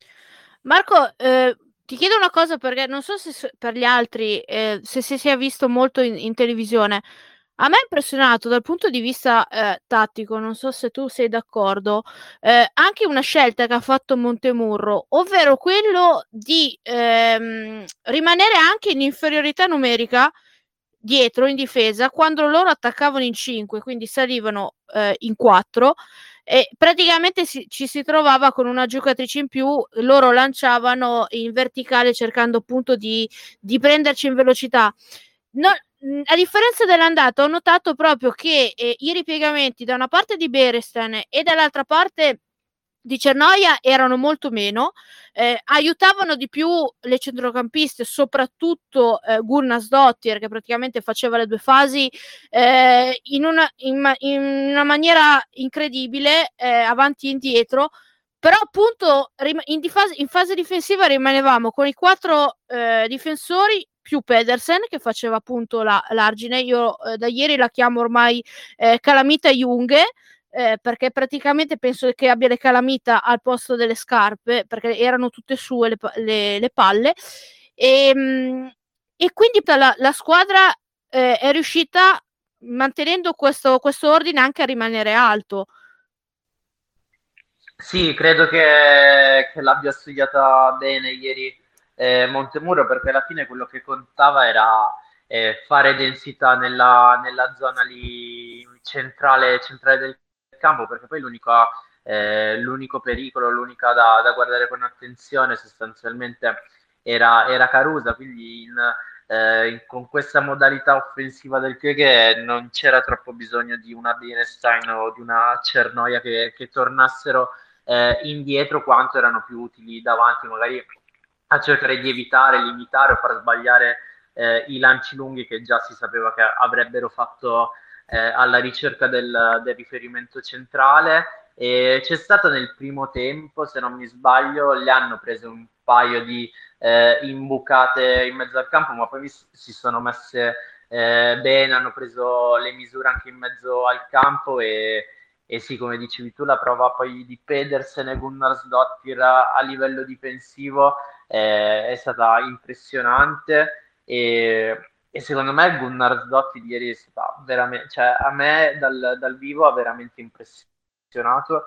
Marco, eh, ti chiedo una cosa perché non so se per gli altri eh, se si sia visto molto in, in televisione. A me è impressionato dal punto di vista eh, tattico, non so se tu sei d'accordo, eh, anche una scelta che ha fatto Montemurro, ovvero quello di ehm, rimanere anche in inferiorità numerica dietro in difesa quando loro attaccavano in cinque, quindi salivano eh, in quattro e praticamente si, ci si trovava con una giocatrice in più, loro lanciavano in verticale cercando appunto di, di prenderci in velocità. No, a differenza dell'andata ho notato proprio che eh, i ripiegamenti da una parte di Beresten e dall'altra parte di Cernoia erano molto meno, eh, aiutavano di più le centrocampiste, soprattutto eh, Gunnarsdottir che praticamente faceva le due fasi eh, in, una, in, in una maniera incredibile, eh, avanti e indietro, però appunto in, difase, in fase difensiva rimanevamo con i quattro eh, difensori più Pedersen che faceva appunto la, l'argine, io eh, da ieri la chiamo ormai eh, Calamita Junghe, eh, perché praticamente penso che abbia le calamita al posto delle scarpe, perché erano tutte sue le, le, le palle, e, mh, e quindi la, la squadra eh, è riuscita, mantenendo questo, questo ordine, anche a rimanere alto. Sì, credo che, che l'abbia studiata bene ieri eh, Montemurro, perché alla fine quello che contava era eh, fare densità nella, nella zona lì centrale, centrale del campo, perché poi l'unica eh, l'unico pericolo, l'unica da, da guardare con attenzione sostanzialmente era, era Carusa, quindi in, eh, in- con questa modalità offensiva del Kyoghe non c'era troppo bisogno di una Bienestein o di una Cernoia che, che tornassero eh, indietro, quanto erano più utili davanti, magari a cercare di evitare, limitare o far sbagliare eh, i lanci lunghi che già si sapeva che avrebbero fatto eh, alla ricerca del, del riferimento centrale. E c'è stato nel primo tempo, se non mi sbaglio, le hanno prese un paio di eh, imbucate in mezzo al campo, ma poi vi- si sono messe eh, bene, hanno preso le misure anche in mezzo al campo e, e sì, come dicevi tu, la prova poi di Pedersen e Gunnarsdottir a, a livello difensivo eh, è stata impressionante e, e secondo me Gunnarsdottir ieri è stata veramente, cioè a me dal, dal vivo ha veramente impressionato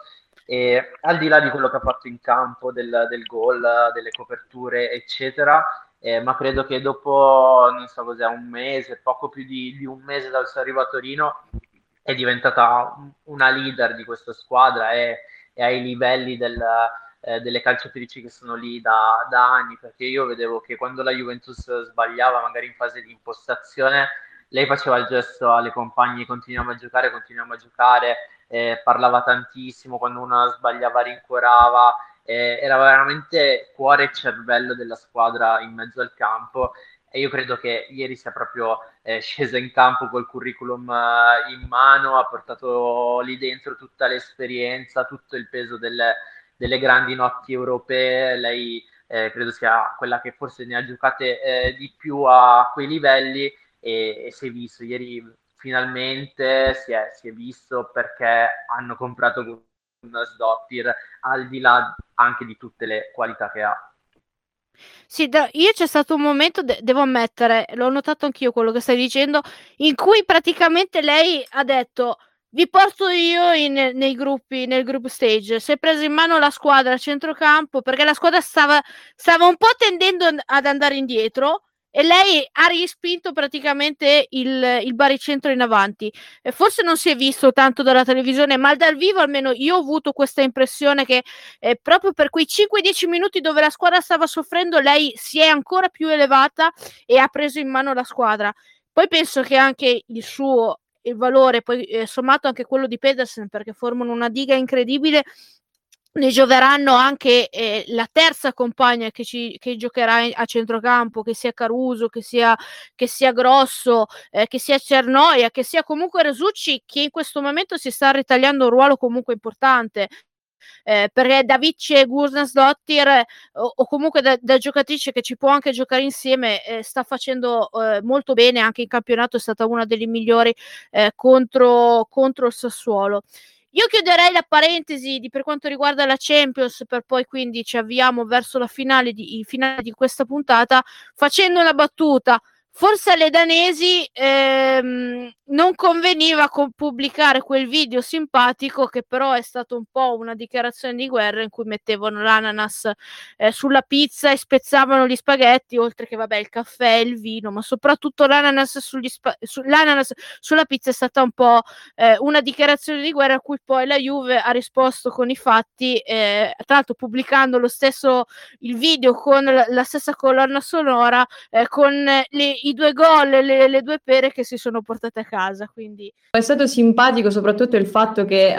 e al di là di quello che ha fatto in campo, del, del gol, delle coperture, eccetera, eh, ma credo che dopo, non so cos'è, un mese, poco più di, di un mese dal suo arrivo a Torino, è diventata una leader di questa squadra e, e ai livelli del, eh, delle calciatrici che sono lì da, da anni, perché io vedevo che quando la Juventus sbagliava, magari in fase di impostazione, lei faceva il gesto alle compagne, continuiamo a giocare, continuiamo a giocare, eh, parlava tantissimo, quando una sbagliava rincuorava, eh, era veramente cuore e cervello della squadra in mezzo al campo e io credo che ieri sia proprio eh, scesa in campo col curriculum eh, in mano, ha portato lì dentro tutta l'esperienza, tutto il peso delle, delle grandi notti europee, lei eh, credo sia quella che forse ne ha giocate eh, di più a quei livelli e, e si è visto ieri finalmente si è, si è visto perché hanno comprato Gunnarsdottir al di là anche di tutte le qualità che ha. Sì, da- io c'è stato un momento, de- devo ammettere, l'ho notato anch'io quello che stai dicendo, in cui praticamente lei ha detto vi porto io in- nei gruppi, nel group stage, si è presa in mano la squadra a centrocampo perché la squadra stava, stava un po' tendendo an- ad andare indietro e lei ha rispinto praticamente il, il baricentro in avanti. E forse non si è visto tanto dalla televisione, ma dal vivo almeno io ho avuto questa impressione che eh, proprio per quei cinque dieci minuti dove la squadra stava soffrendo, lei si è ancora più elevata e ha preso in mano la squadra. Poi penso che anche il suo il valore, poi eh, sommato anche quello di Pedersen, perché formano una diga incredibile, ne gioveranno anche eh, la terza compagna che, ci, che giocherà a centrocampo, che sia Caruso, che sia, che sia Grosso, eh, che sia Cernoia, che sia comunque Resucci, che in questo momento si sta ritagliando un ruolo comunque importante. Eh, perché da Vice Gunnarsdottir eh, o, o comunque da, da giocatrice che ci può anche giocare insieme eh, sta facendo eh, molto bene, anche in campionato è stata una delle migliori eh, contro, contro il Sassuolo. Io chiuderei la parentesi di, per quanto riguarda la Champions, per poi quindi ci avviamo verso la finale di, finale di questa puntata facendo una battuta. Forse alle danesi ehm, non conveniva co- pubblicare quel video simpatico che però è stato un po' una dichiarazione di guerra in cui mettevano l'ananas eh, sulla pizza e spezzavano gli spaghetti, oltre che vabbè il caffè e il vino, ma soprattutto l'ananas, sugli spa- su- l'ananas sulla pizza è stata un po' eh, una dichiarazione di guerra a cui poi la Juve ha risposto con i fatti, eh, tra l'altro pubblicando lo stesso il video con la, la stessa colonna sonora eh, con le, i due gol e le, le due pere che si sono portate a casa. Quindi È stato simpatico soprattutto il fatto che uh,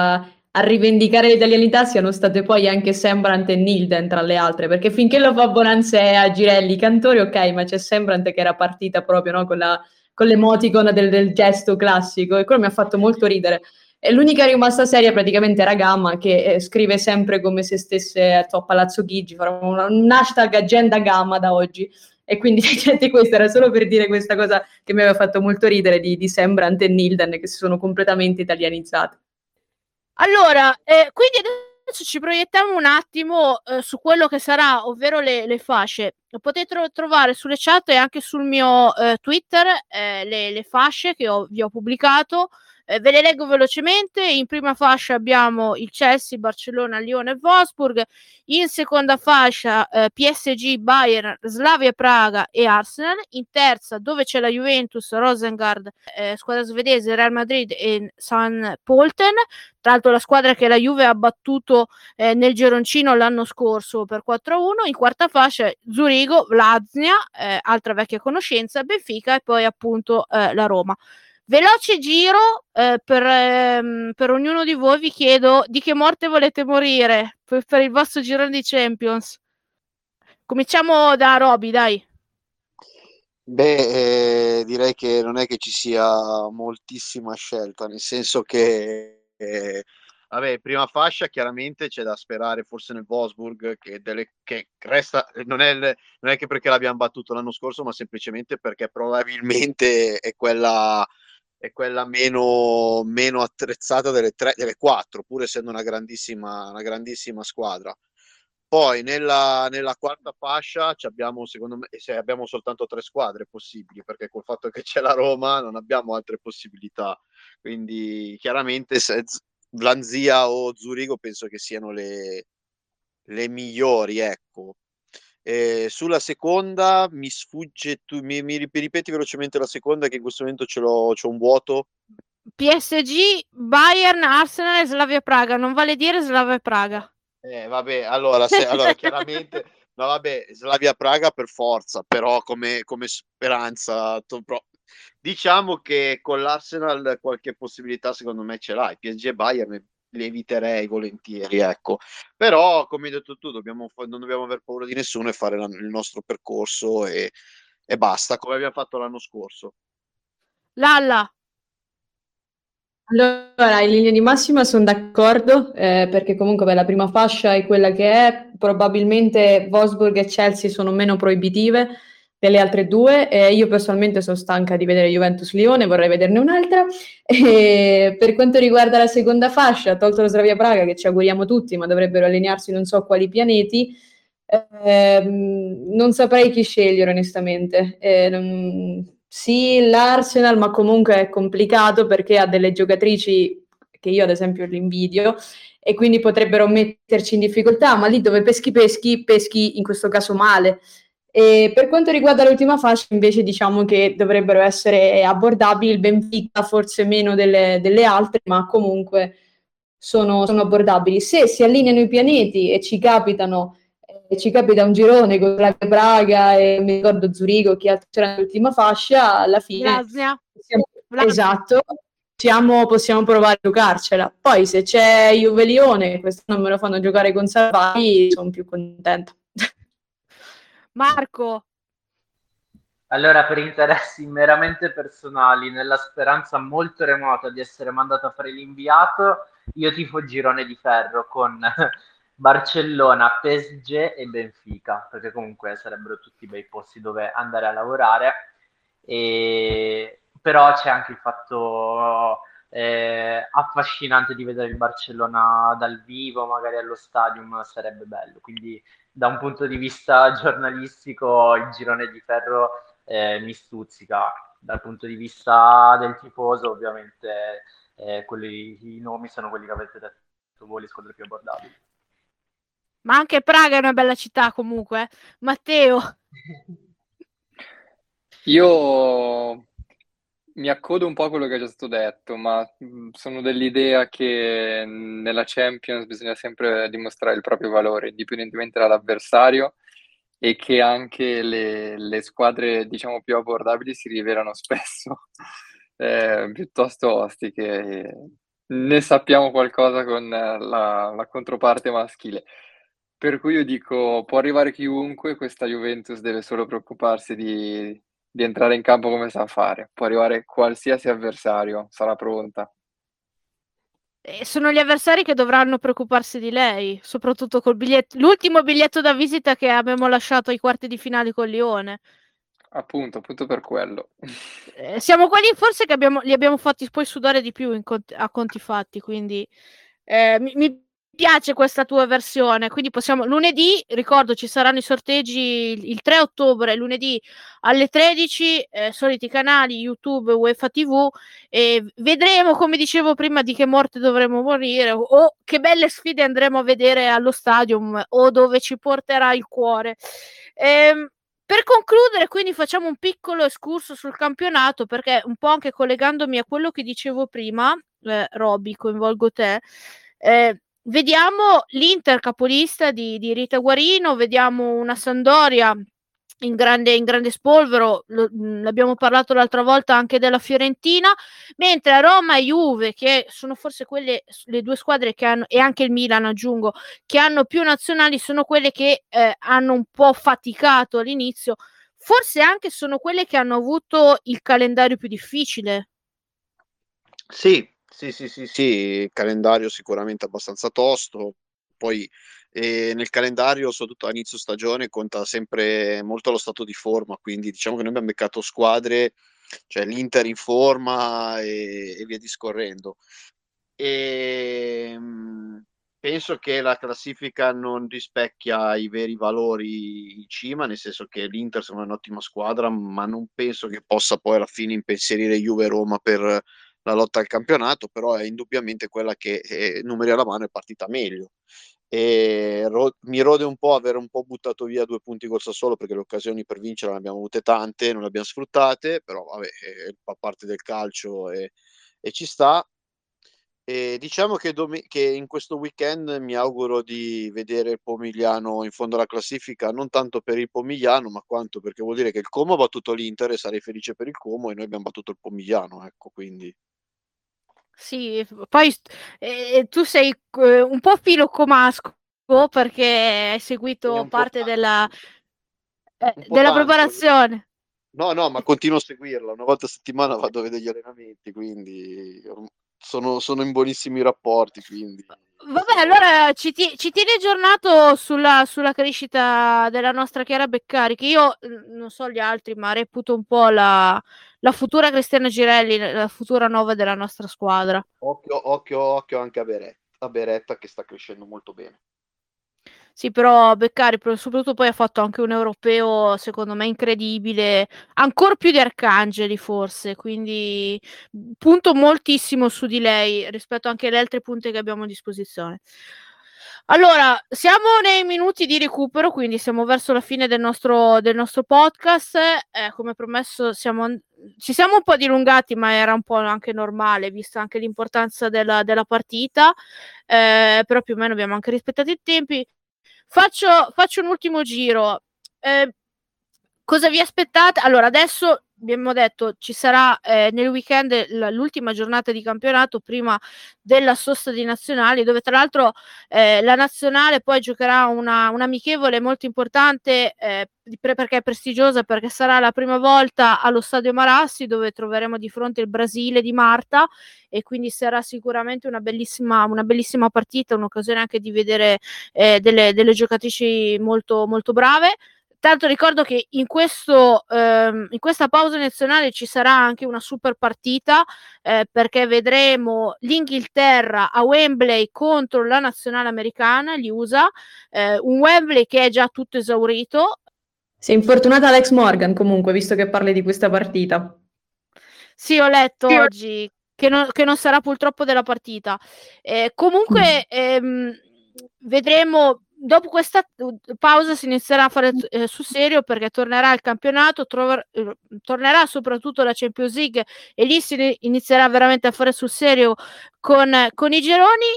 a rivendicare l'italianità siano state poi anche Sembrant e Nilden tra le altre, perché finché lo fa Bonanze a Girelli, Cantori ok, ma c'è Sembrant che era partita proprio no, con, la, con l'emoticon del, del gesto classico e quello mi ha fatto molto ridere. E l'unica rimasta seria praticamente era Gamma che eh, scrive sempre come se stesse a Palazzo Chigi, farò un, un hashtag agenda Gamma da oggi. E quindi di questo era solo per dire questa cosa che mi aveva fatto molto ridere di, di Sembrant e Nilden che si sono completamente italianizzate. allora, eh, quindi adesso ci proiettiamo un attimo eh, su quello che sarà, ovvero le, le fasce. Potete tro- trovare sulle chat e anche sul mio eh, Twitter eh, le, le fasce che ho, vi ho pubblicato. Eh, ve le leggo velocemente. In prima fascia abbiamo il Chelsea, Barcellona, Lione e Wolfsburg. In seconda fascia eh, P S G, Bayern, Slavia Praga e Arsenal. In terza, dove c'è la Juventus, Rosengard, eh, squadra svedese, Real Madrid e San Polten. Tra l'altro la squadra che la Juve ha battuto eh, nel Geroncino l'anno scorso per quattro a uno. In quarta fascia Zurigo, Lazio, eh, altra vecchia conoscenza, Benfica e poi appunto eh, la Roma. Veloce giro eh, per, ehm, per ognuno di voi. Vi chiedo di che morte volete morire per, per il vostro girone di Champions. Cominciamo da Roby, dai. Beh, eh, direi che non è che ci sia moltissima scelta, nel senso che eh, vabbè, prima fascia chiaramente c'è da sperare forse nel Wolfsburg che, delle, che resta, non è, il, non è che perché l'abbiamo battuto l'anno scorso, ma semplicemente perché probabilmente è quella è quella meno, meno attrezzata delle tre, delle quattro, pur essendo una grandissima, una grandissima squadra. Poi nella, nella quarta fascia ci abbiamo, secondo me, se abbiamo soltanto tre squadre possibili, perché col fatto che c'è la Roma non abbiamo altre possibilità. Quindi chiaramente se Vlanzia o Zurigo penso che siano le, le migliori, ecco. Eh, sulla seconda mi sfugge, tu mi, mi ripeti velocemente la seconda che in questo momento ce l'ho, c'ho un vuoto. P S G, Bayern, Arsenal e Slavia Praga. Non vale dire Slavia Praga. Eh, vabbè, allora, se, allora chiaramente, no, vabbè, Slavia Praga per forza, però come, come speranza, to, pro, diciamo che con l'Arsenal qualche possibilità secondo me ce l'hai. P S G e Bayern li eviterei volentieri, ecco. Però, come hai detto tu, dobbiamo, non dobbiamo aver paura di nessuno e fare la, il nostro percorso e, e basta, come abbiamo fatto l'anno scorso. Lalla. Allora, in linea di massima sono d'accordo, eh, perché comunque beh, la prima fascia è quella che è, probabilmente Wolfsburg e Chelsea sono meno proibitive delle altre due, e io personalmente sono stanca di vedere Juventus-Lione, vorrei vederne un'altra. E per quanto riguarda la seconda fascia, tolto lo Slavia Praga, che ci auguriamo tutti, ma dovrebbero allinearsi non so quali pianeti, ehm, non saprei chi scegliere onestamente. Eh, non... Sì, l'Arsenal, ma comunque è complicato perché ha delle giocatrici che io ad esempio li invidio e quindi potrebbero metterci in difficoltà, ma lì dove peschi peschi, peschi in questo caso male. E per quanto riguarda l'ultima fascia invece diciamo che dovrebbero essere abbordabili, il Benfica forse meno delle, delle altre, ma comunque sono, sono abbordabili. Se si allineano i pianeti e ci capitano ci capita un girone con la Praga e mi ricordo Zurigo che c'era nell'ultima fascia, alla fine possiamo, esatto, possiamo, possiamo provare a giocarcela. Poi se c'è Juve Lione, quest'anno me lo fanno giocare con Salvati, sono più contenta. Marco. Allora, per interessi meramente personali, nella speranza molto remota di essere mandato a fare l'inviato, io tifo girone di ferro con Barcellona, P S G e Benfica, perché comunque sarebbero tutti bei posti dove andare a lavorare. E... però c'è anche il fatto eh, affascinante di vedere il Barcellona dal vivo, magari allo stadium, sarebbe bello. Quindi da un punto di vista giornalistico il girone di ferro eh, mi stuzzica. Dal punto di vista del tifoso ovviamente eh, quelli, i nomi sono quelli che avete detto voi, le squadre più abbordabili. Ma anche Praga è una bella città comunque. Matteo. Io mi accodo un po' a quello che è già stato detto, ma sono dell'idea che nella Champions bisogna sempre dimostrare il proprio valore, indipendentemente dall'avversario, e che anche le, le squadre, diciamo, più abbordabili si rivelano spesso eh, piuttosto ostiche. Ne sappiamo qualcosa con la, la controparte maschile. Per cui io dico, può arrivare chiunque, questa Juventus deve solo preoccuparsi di, di entrare in campo come sa fare. Può arrivare qualsiasi avversario, sarà pronta. E sono gli avversari che dovranno preoccuparsi di lei, soprattutto col biglietto, l'ultimo biglietto da visita che abbiamo lasciato ai quarti di finale con Lione. Appunto, appunto per quello. Eh, siamo quelli forse che abbiamo, li abbiamo fatti poi sudare di più in conti, a conti fatti, quindi eh, mi, mi piace questa tua versione, quindi possiamo lunedì, ricordo ci saranno i sorteggi il tre ottobre, lunedì alle tredici, eh, soliti canali YouTube, UEFA T V, e vedremo, come dicevo prima, di che morte dovremo morire o, o che belle sfide andremo a vedere allo stadium o dove ci porterà il cuore. Ehm, per concludere, quindi, facciamo un piccolo escurso sul campionato, perché un po' anche collegandomi a quello che dicevo prima, eh, Roby, coinvolgo te, eh, vediamo l'Inter capolista di, di Rita Guarino, vediamo una Sampdoria in grande, in grande spolvero, lo, l'abbiamo parlato l'altra volta anche della Fiorentina, mentre Roma e Juve, che sono forse quelle le due squadre che hanno, e anche il Milan aggiungo, che hanno più nazionali, sono quelle che eh, hanno un po' faticato all'inizio, forse anche sono quelle che hanno avuto il calendario più difficile. Sì, sì, sì, sì, sì, calendario sicuramente abbastanza tosto, poi eh, nel calendario, soprattutto a inizio stagione, conta sempre molto lo stato di forma, quindi diciamo che noi abbiamo beccato squadre, cioè l'Inter in forma e, e via discorrendo. E, mh, penso che la classifica non rispecchia i veri valori in cima, nel senso che l'Inter è un'ottima squadra, ma non penso che possa poi alla fine impensierire Juve e Roma per la lotta al campionato, però è indubbiamente quella che eh, numeri alla mano è partita meglio. E ro- mi rode un po' aver un po' buttato via due punti col Sassuolo, perché le occasioni per vincere ne abbiamo avute tante, non le abbiamo sfruttate, però vabbè, eh, fa parte del calcio e, e ci sta. E diciamo che, dom- che in questo weekend mi auguro di vedere il Pomigliano in fondo alla classifica, non tanto per il Pomigliano, ma quanto perché vuol dire che il Como ha battuto l'Inter e sarei felice per il Como, e noi abbiamo battuto il Pomigliano, ecco, quindi Sì, poi eh, tu sei eh, un po' filo comasco perché hai è seguito un po' parte della, tanto, eh, un po' della tanto. preparazione. No, no, ma continuo a seguirla. Una volta a settimana vado a vedere gli allenamenti, quindi orm- sono, sono in buonissimi rapporti, quindi Vabbè, sono... allora ci, ti- ci tieni aggiornato sulla, sulla crescita della nostra Chiara Beccari, che io mm, non so gli altri, ma reputo un po' la, la futura Cristiana Girelli, la futura nuova della nostra squadra. Occhio, occhio, occhio anche a Beretta, a Beretta che sta crescendo molto bene. Sì, però Beccari, però soprattutto poi ha fatto anche un europeo, secondo me, incredibile, ancora più di Arcangeli forse, quindi punto moltissimo su di lei rispetto anche alle altre punte che abbiamo a disposizione. Allora, siamo nei minuti di recupero, quindi siamo verso la fine del nostro, del nostro podcast. Eh, come promesso, siamo, ci siamo un po' dilungati, ma era un po' anche normale, vista anche l'importanza della, della partita, eh, però più o meno abbiamo anche rispettato i tempi. Faccio, faccio un ultimo giro. Eh, cosa vi aspettate? Allora, adesso abbiamo detto ci sarà eh, nel weekend l- l'ultima giornata di campionato prima della sosta di nazionali, dove tra l'altro eh, la nazionale poi giocherà una, un amichevole molto importante eh, perché è prestigiosa, perché sarà la prima volta allo Stadio Marassi, dove troveremo di fronte il Brasile di Marta, e quindi sarà sicuramente una bellissima, una bellissima partita, un'occasione anche di vedere eh, delle, delle giocatrici molto, molto brave. Tanto ricordo che in, questo, ehm, in questa pausa nazionale ci sarà anche una super partita, eh, perché vedremo l'Inghilterra a Wembley contro la nazionale americana, gli U S A, eh, un Wembley che è già tutto esaurito. Si è infortunata Alex Morgan comunque, visto che parli di questa partita. Sì, ho letto sì, oggi che non, che non sarà purtroppo della partita. Eh, comunque ehm, vedremo. Dopo questa pausa si inizierà a fare eh, sul serio, perché tornerà il campionato, trover, eh, tornerà soprattutto la Champions League, e lì si inizierà veramente a fare sul serio con, con i gironi.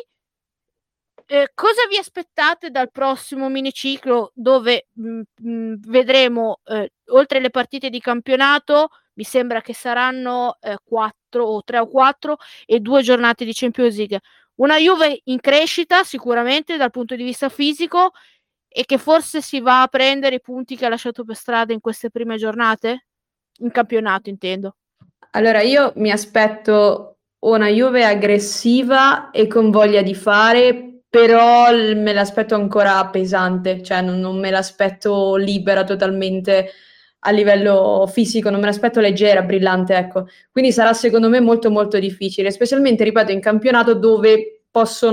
Eh, cosa vi aspettate dal prossimo miniciclo, dove mh, mh, vedremo eh, oltre le partite di campionato, mi sembra che saranno eh, quattro o tre o quattro, e due giornate di Champions League. Una Juve in crescita sicuramente dal punto di vista fisico, e che forse si va a prendere i punti che ha lasciato per strada in queste prime giornate? In campionato, intendo. Allora, io mi aspetto una Juve aggressiva e con voglia di fare, però l- me l'aspetto ancora pesante, cioè non, non me l'aspetto libera totalmente a livello fisico, non me l'aspetto leggera, brillante, ecco. Quindi sarà secondo me molto molto difficile, specialmente, ripeto, in campionato dove possono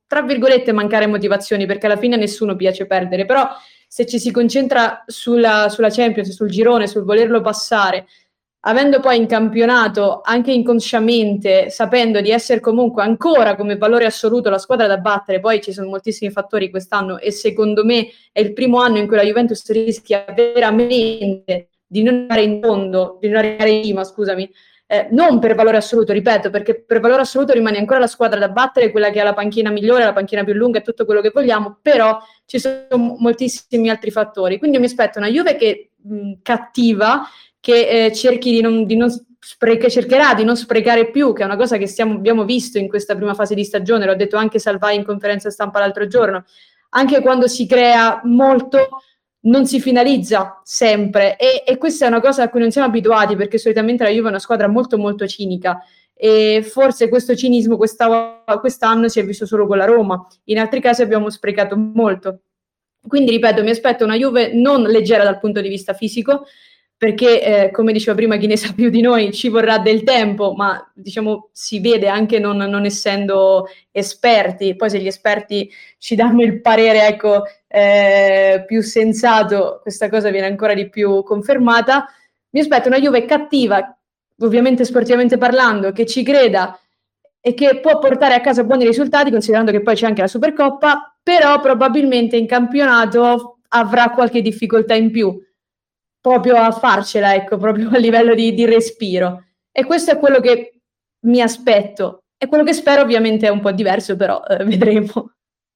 tra virgolette, mancare motivazioni, perché alla fine a nessuno piace perdere, però se ci si concentra sulla, sulla Champions, sul girone, sul volerlo passare, avendo poi in campionato, anche inconsciamente, sapendo di essere comunque ancora come valore assoluto la squadra da battere, poi ci sono moltissimi fattori quest'anno e secondo me è il primo anno in cui la Juventus rischia veramente di non arrivare in fondo, di non arrivare in cima, scusami, eh, non per valore assoluto, ripeto, perché per valore assoluto rimane ancora la squadra da battere, quella che ha la panchina migliore, la panchina più lunga e tutto quello che vogliamo, però ci sono moltissimi altri fattori, quindi mi aspetto una Juve che mh, cattiva, che eh, cerchi di non, di non spreca, cercherà di non sprecare più, che è una cosa che stiamo, abbiamo visto in questa prima fase di stagione, l'ho detto anche Salvai in conferenza stampa l'altro giorno, anche quando si crea molto non si finalizza sempre e, e questa è una cosa a cui non siamo abituati, perché solitamente la Juve è una squadra molto molto cinica e forse questo cinismo questa, quest'anno si è visto solo con la Roma, in altri casi abbiamo sprecato molto, quindi ripeto, mi aspetto una Juve non leggera dal punto di vista fisico, perché eh, come diceva prima chi ne sa più di noi ci vorrà del tempo, ma diciamo si vede anche non, non essendo esperti, poi se gli esperti ci danno il parere ecco eh, più sensato, questa cosa viene ancora di più confermata. Mi aspetto una Juve cattiva, ovviamente sportivamente parlando, che ci creda e che può portare a casa buoni risultati, considerando che poi c'è anche la Supercoppa, però probabilmente in campionato avrà qualche difficoltà in più proprio a farcela, ecco, proprio a livello di, di respiro. E questo è quello che mi aspetto. E quello che spero ovviamente è un po' diverso, però eh, vedremo.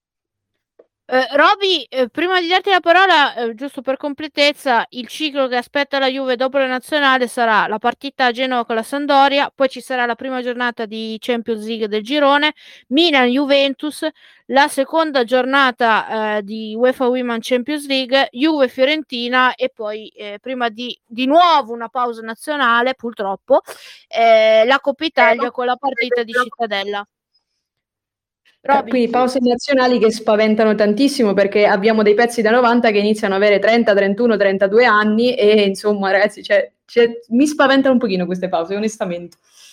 Eh, Roby, eh, prima di darti la parola, eh, giusto per completezza, il ciclo che aspetta la Juve dopo la nazionale sarà la partita a Genova con la Sampdoria, poi ci sarà la prima giornata di Champions League del girone, Milan-Juventus, la seconda giornata eh, di UEFA Women Champions League, Juve-Fiorentina e poi eh, prima di, di nuovo una pausa nazionale, purtroppo, eh, la Coppa Italia con la partita di Cittadella. Robby. Quindi pause nazionali che spaventano tantissimo, perché abbiamo dei pezzi da novanta che iniziano ad avere trenta, trentuno, trentadue anni e insomma ragazzi cioè, cioè, mi spaventano un pochino queste pause onestamente.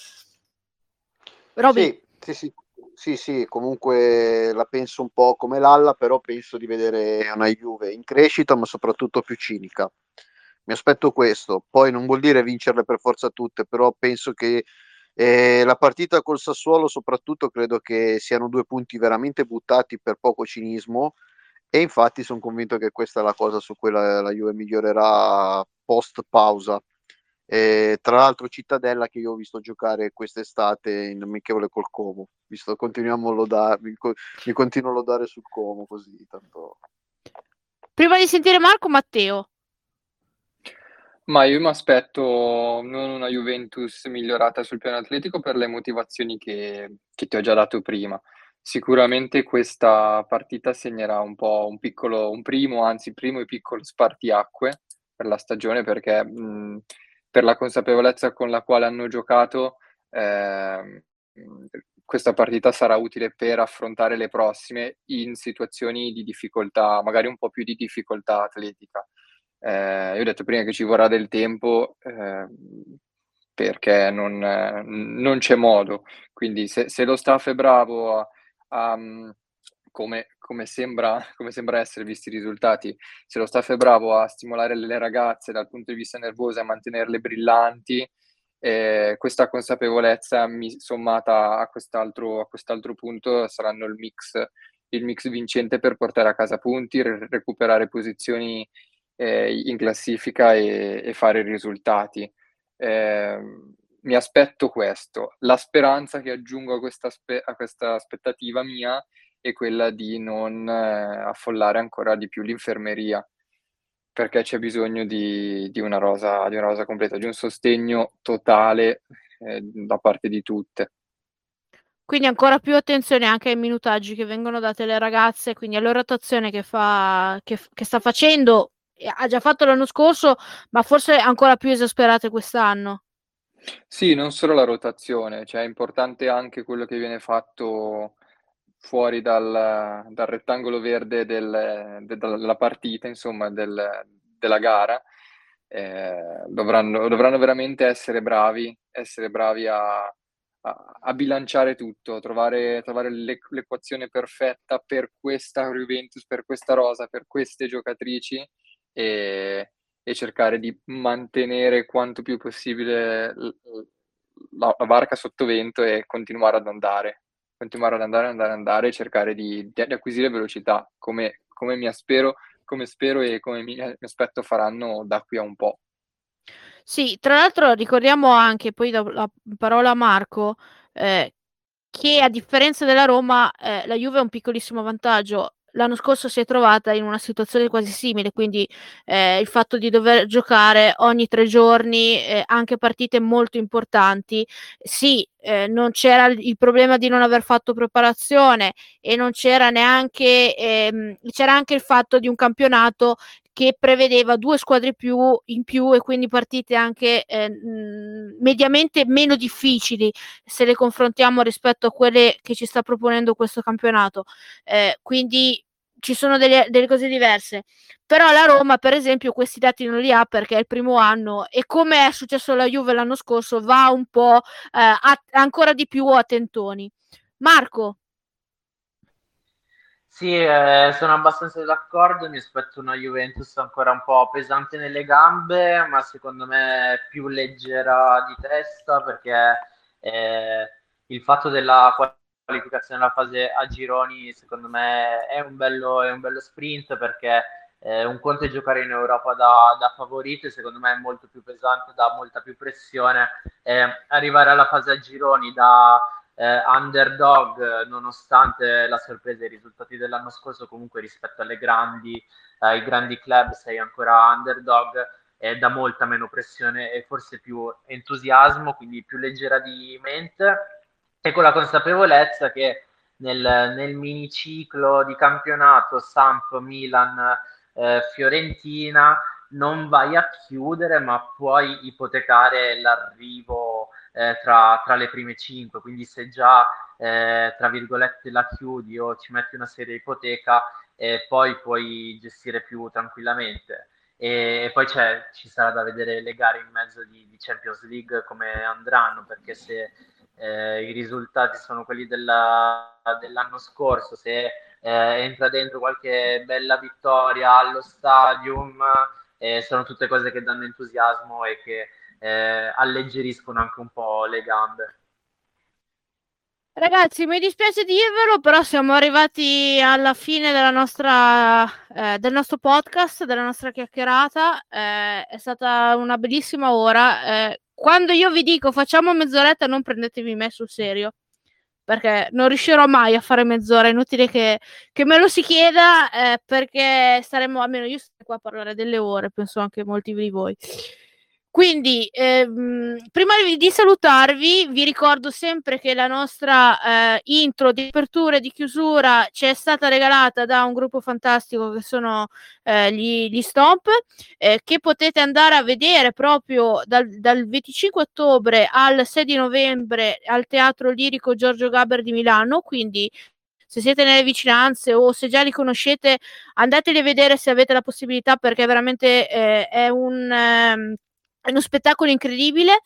Sì, sì, sì, sì, sì, comunque la penso un po' come Lalla, però penso di vedere una Juve in crescita ma soprattutto più cinica. Mi aspetto questo, poi non vuol dire vincerle per forza tutte, però penso che Eh, la partita col Sassuolo soprattutto credo che siano due punti veramente buttati per poco cinismo e infatti sono convinto che questa è la cosa su cui la, la Juve migliorerà post pausa. Eh, tra l'altro Cittadella che io ho visto giocare quest'estate in amichevole col Como, visto continuiamo a lodare, mi, mi continuo a lodare sul Como così tanto. Prima di sentire Marco, Matteo. Ma io mi aspetto non una Juventus migliorata sul piano atletico per le motivazioni che, che ti ho già dato prima. Sicuramente questa partita segnerà un po' un piccolo, un primo, anzi primo e piccolo spartiacque per la stagione, perché mh, per la consapevolezza con la quale hanno giocato eh, questa partita sarà utile per affrontare le prossime in situazioni di difficoltà, magari un po' più di difficoltà atletica. Eh, io ho detto prima che ci vorrà del tempo eh, perché non, eh, non c'è modo, quindi se, se lo staff è bravo a, a, come, come, sembra, come sembra essere visti i risultati, se lo staff è bravo a stimolare le ragazze dal punto di vista nervoso e a mantenerle brillanti, eh, questa consapevolezza mi, sommata a quest'altro, a quest'altro punto saranno il mix, il mix vincente per portare a casa punti, re- recuperare posizioni eh, in classifica e, e fare risultati. Eh, mi aspetto questo. La speranza che aggiungo a questa, aspe- a questa aspettativa mia è quella di non eh, affollare ancora di più l'infermeria, perché c'è bisogno di, di, una rosa, di una rosa completa, di un sostegno totale eh, da parte di tutte. Quindi ancora più attenzione anche ai minutaggi che vengono date alle ragazze, quindi alla rotazione che, fa, che, che sta facendo, ha già fatto l'anno scorso, ma forse ancora più esasperate quest'anno. Sì, non solo la rotazione, cioè è importante anche quello che viene fatto fuori dal, dal rettangolo verde del, de, della partita, insomma, del, della gara. Eh, dovranno, dovranno veramente essere bravi, essere bravi a, a, a bilanciare tutto, trovare, trovare l'e- l'equazione perfetta per questa Juventus, per questa rosa, per queste giocatrici e, e cercare di mantenere quanto più possibile l- la, la barca sotto vento e continuare ad andare, continuare ad andare, andare, andare e cercare di, di acquisire velocità, come, come mi spero, come spero e come mi, mi aspetto faranno da qui a un po'. Sì, tra l'altro ricordiamo anche, poi do la parola a Marco, eh, che a differenza della Roma, eh, la Juve ha un piccolissimo vantaggio. L'anno scorso si è trovata in una situazione quasi simile, quindi eh, il fatto di dover giocare ogni tre giorni eh, anche partite molto importanti. Sì, eh, non c'era il problema di non aver fatto preparazione e non c'era neanche, ehm, c'era anche il fatto di un campionato che prevedeva due squadre più in più e quindi partite anche eh, mh, mediamente meno difficili se le confrontiamo rispetto a quelle che ci sta proponendo questo campionato. Eh, quindi ci sono delle, delle cose diverse. Però la Roma, per esempio, questi dati non li ha perché è il primo anno e come è successo alla Juve l'anno scorso va un po' eh, a, ancora di più a tentoni. Marco. Sì, eh, sono abbastanza d'accordo, mi aspetto una Juventus ancora un po' pesante nelle gambe, ma secondo me più leggera di testa perché eh, il fatto della qualificazione alla fase a gironi secondo me è un bello, è un bello sprint perché eh, un conto è giocare in Europa da, da favorito e secondo me è molto più pesante, dà molta più pressione. Eh, arrivare alla fase a gironi da eh, underdog, nonostante la sorpresa e i risultati dell'anno scorso, comunque rispetto alle grandi, ai grandi club sei ancora underdog e dà molta meno pressione e forse più entusiasmo, quindi più leggera di mente e con la consapevolezza che nel, nel miniciclo di campionato Samp, Milan, eh, Fiorentina non vai a chiudere ma puoi ipotecare l'arrivo eh, tra, tra le prime cinque, quindi se già eh, tra virgolette la chiudi o ci metti una serie ipoteca, eh, poi puoi gestire più tranquillamente. E, e poi c'è, ci sarà da vedere le gare in mezzo di, di Champions League come andranno, perché se eh, i risultati sono quelli della, dell'anno scorso, se eh, entra dentro qualche bella vittoria allo stadium, eh, sono tutte cose che danno entusiasmo e che eh, alleggeriscono anche un po' le gambe. Ragazzi, mi dispiace dirvelo, però siamo arrivati alla fine della nostra, eh, del nostro podcast, della nostra chiacchierata. Eh, è stata una bellissima ora. Eh, quando io vi dico facciamo mezz'oretta, non prendetevi me sul serio, perché non riuscirò mai a fare mezz'ora. È inutile che, che me lo si chieda, eh, perché staremo, almeno io sto qua a parlare delle ore, penso anche molti di voi. Quindi, ehm, prima di, di salutarvi, vi ricordo sempre che la nostra eh, intro di apertura e di chiusura ci è stata regalata da un gruppo fantastico che sono eh, gli, gli Stomp, eh, che potete andare a vedere proprio dal, dal venticinque ottobre al sei di novembre al Teatro Lirico Giorgio Gaber di Milano. Quindi, se siete nelle vicinanze o se già li conoscete, andateli a vedere se avete la possibilità, perché veramente eh, è un... Ehm, è uno spettacolo incredibile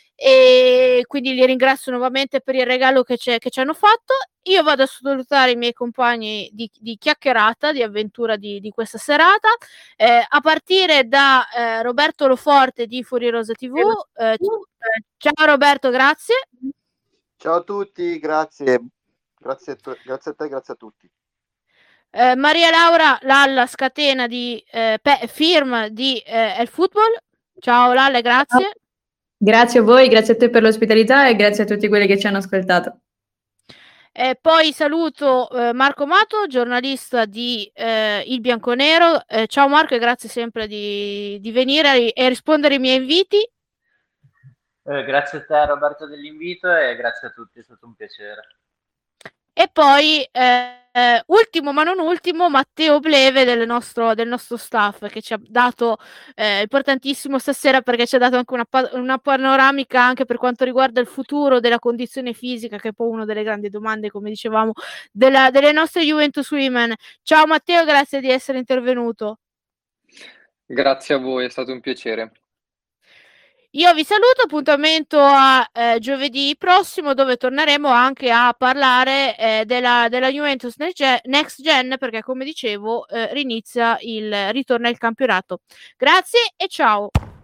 e quindi li ringrazio nuovamente per il regalo che, c'è, che ci hanno fatto. Io vado a salutare i miei compagni di, di chiacchierata, di avventura di, di questa serata, eh, a partire da eh, Roberto Loforte di Fuori Rosa tivù. Eh, ciao Roberto, grazie. Ciao a tutti, grazie. Grazie a, tu- grazie a te, grazie a tutti. Eh, Maria Laura Lalla Scatena di eh, pe- firm di eh, El Football. Ciao Lalle, grazie. Grazie a voi, grazie a te per l'ospitalità e grazie a tutti quelli che ci hanno ascoltato. Eh, poi saluto eh, Marco Mato, giornalista di eh, Il Bianconero. Eh, ciao Marco e grazie sempre di, di venire e rispondere ai miei inviti. Eh, grazie a te Roberto dell'invito e grazie a tutti, è stato un piacere. E poi, eh, ultimo ma non ultimo, Matteo Bleve del nostro, del nostro staff, che ci ha dato, eh, importantissimo stasera, perché ci ha dato anche una, una panoramica anche per quanto riguarda il futuro della condizione fisica, che è poi una delle grandi domande, come dicevamo, della, delle nostre Juventus Women. Ciao Matteo, grazie di essere intervenuto. Grazie a voi, è stato un piacere. Io vi saluto, appuntamento a eh, giovedì prossimo, dove torneremo anche a parlare eh, della, della Juventus Next Gen, perché come dicevo eh, rinizia il ritorna il campionato. Grazie e ciao.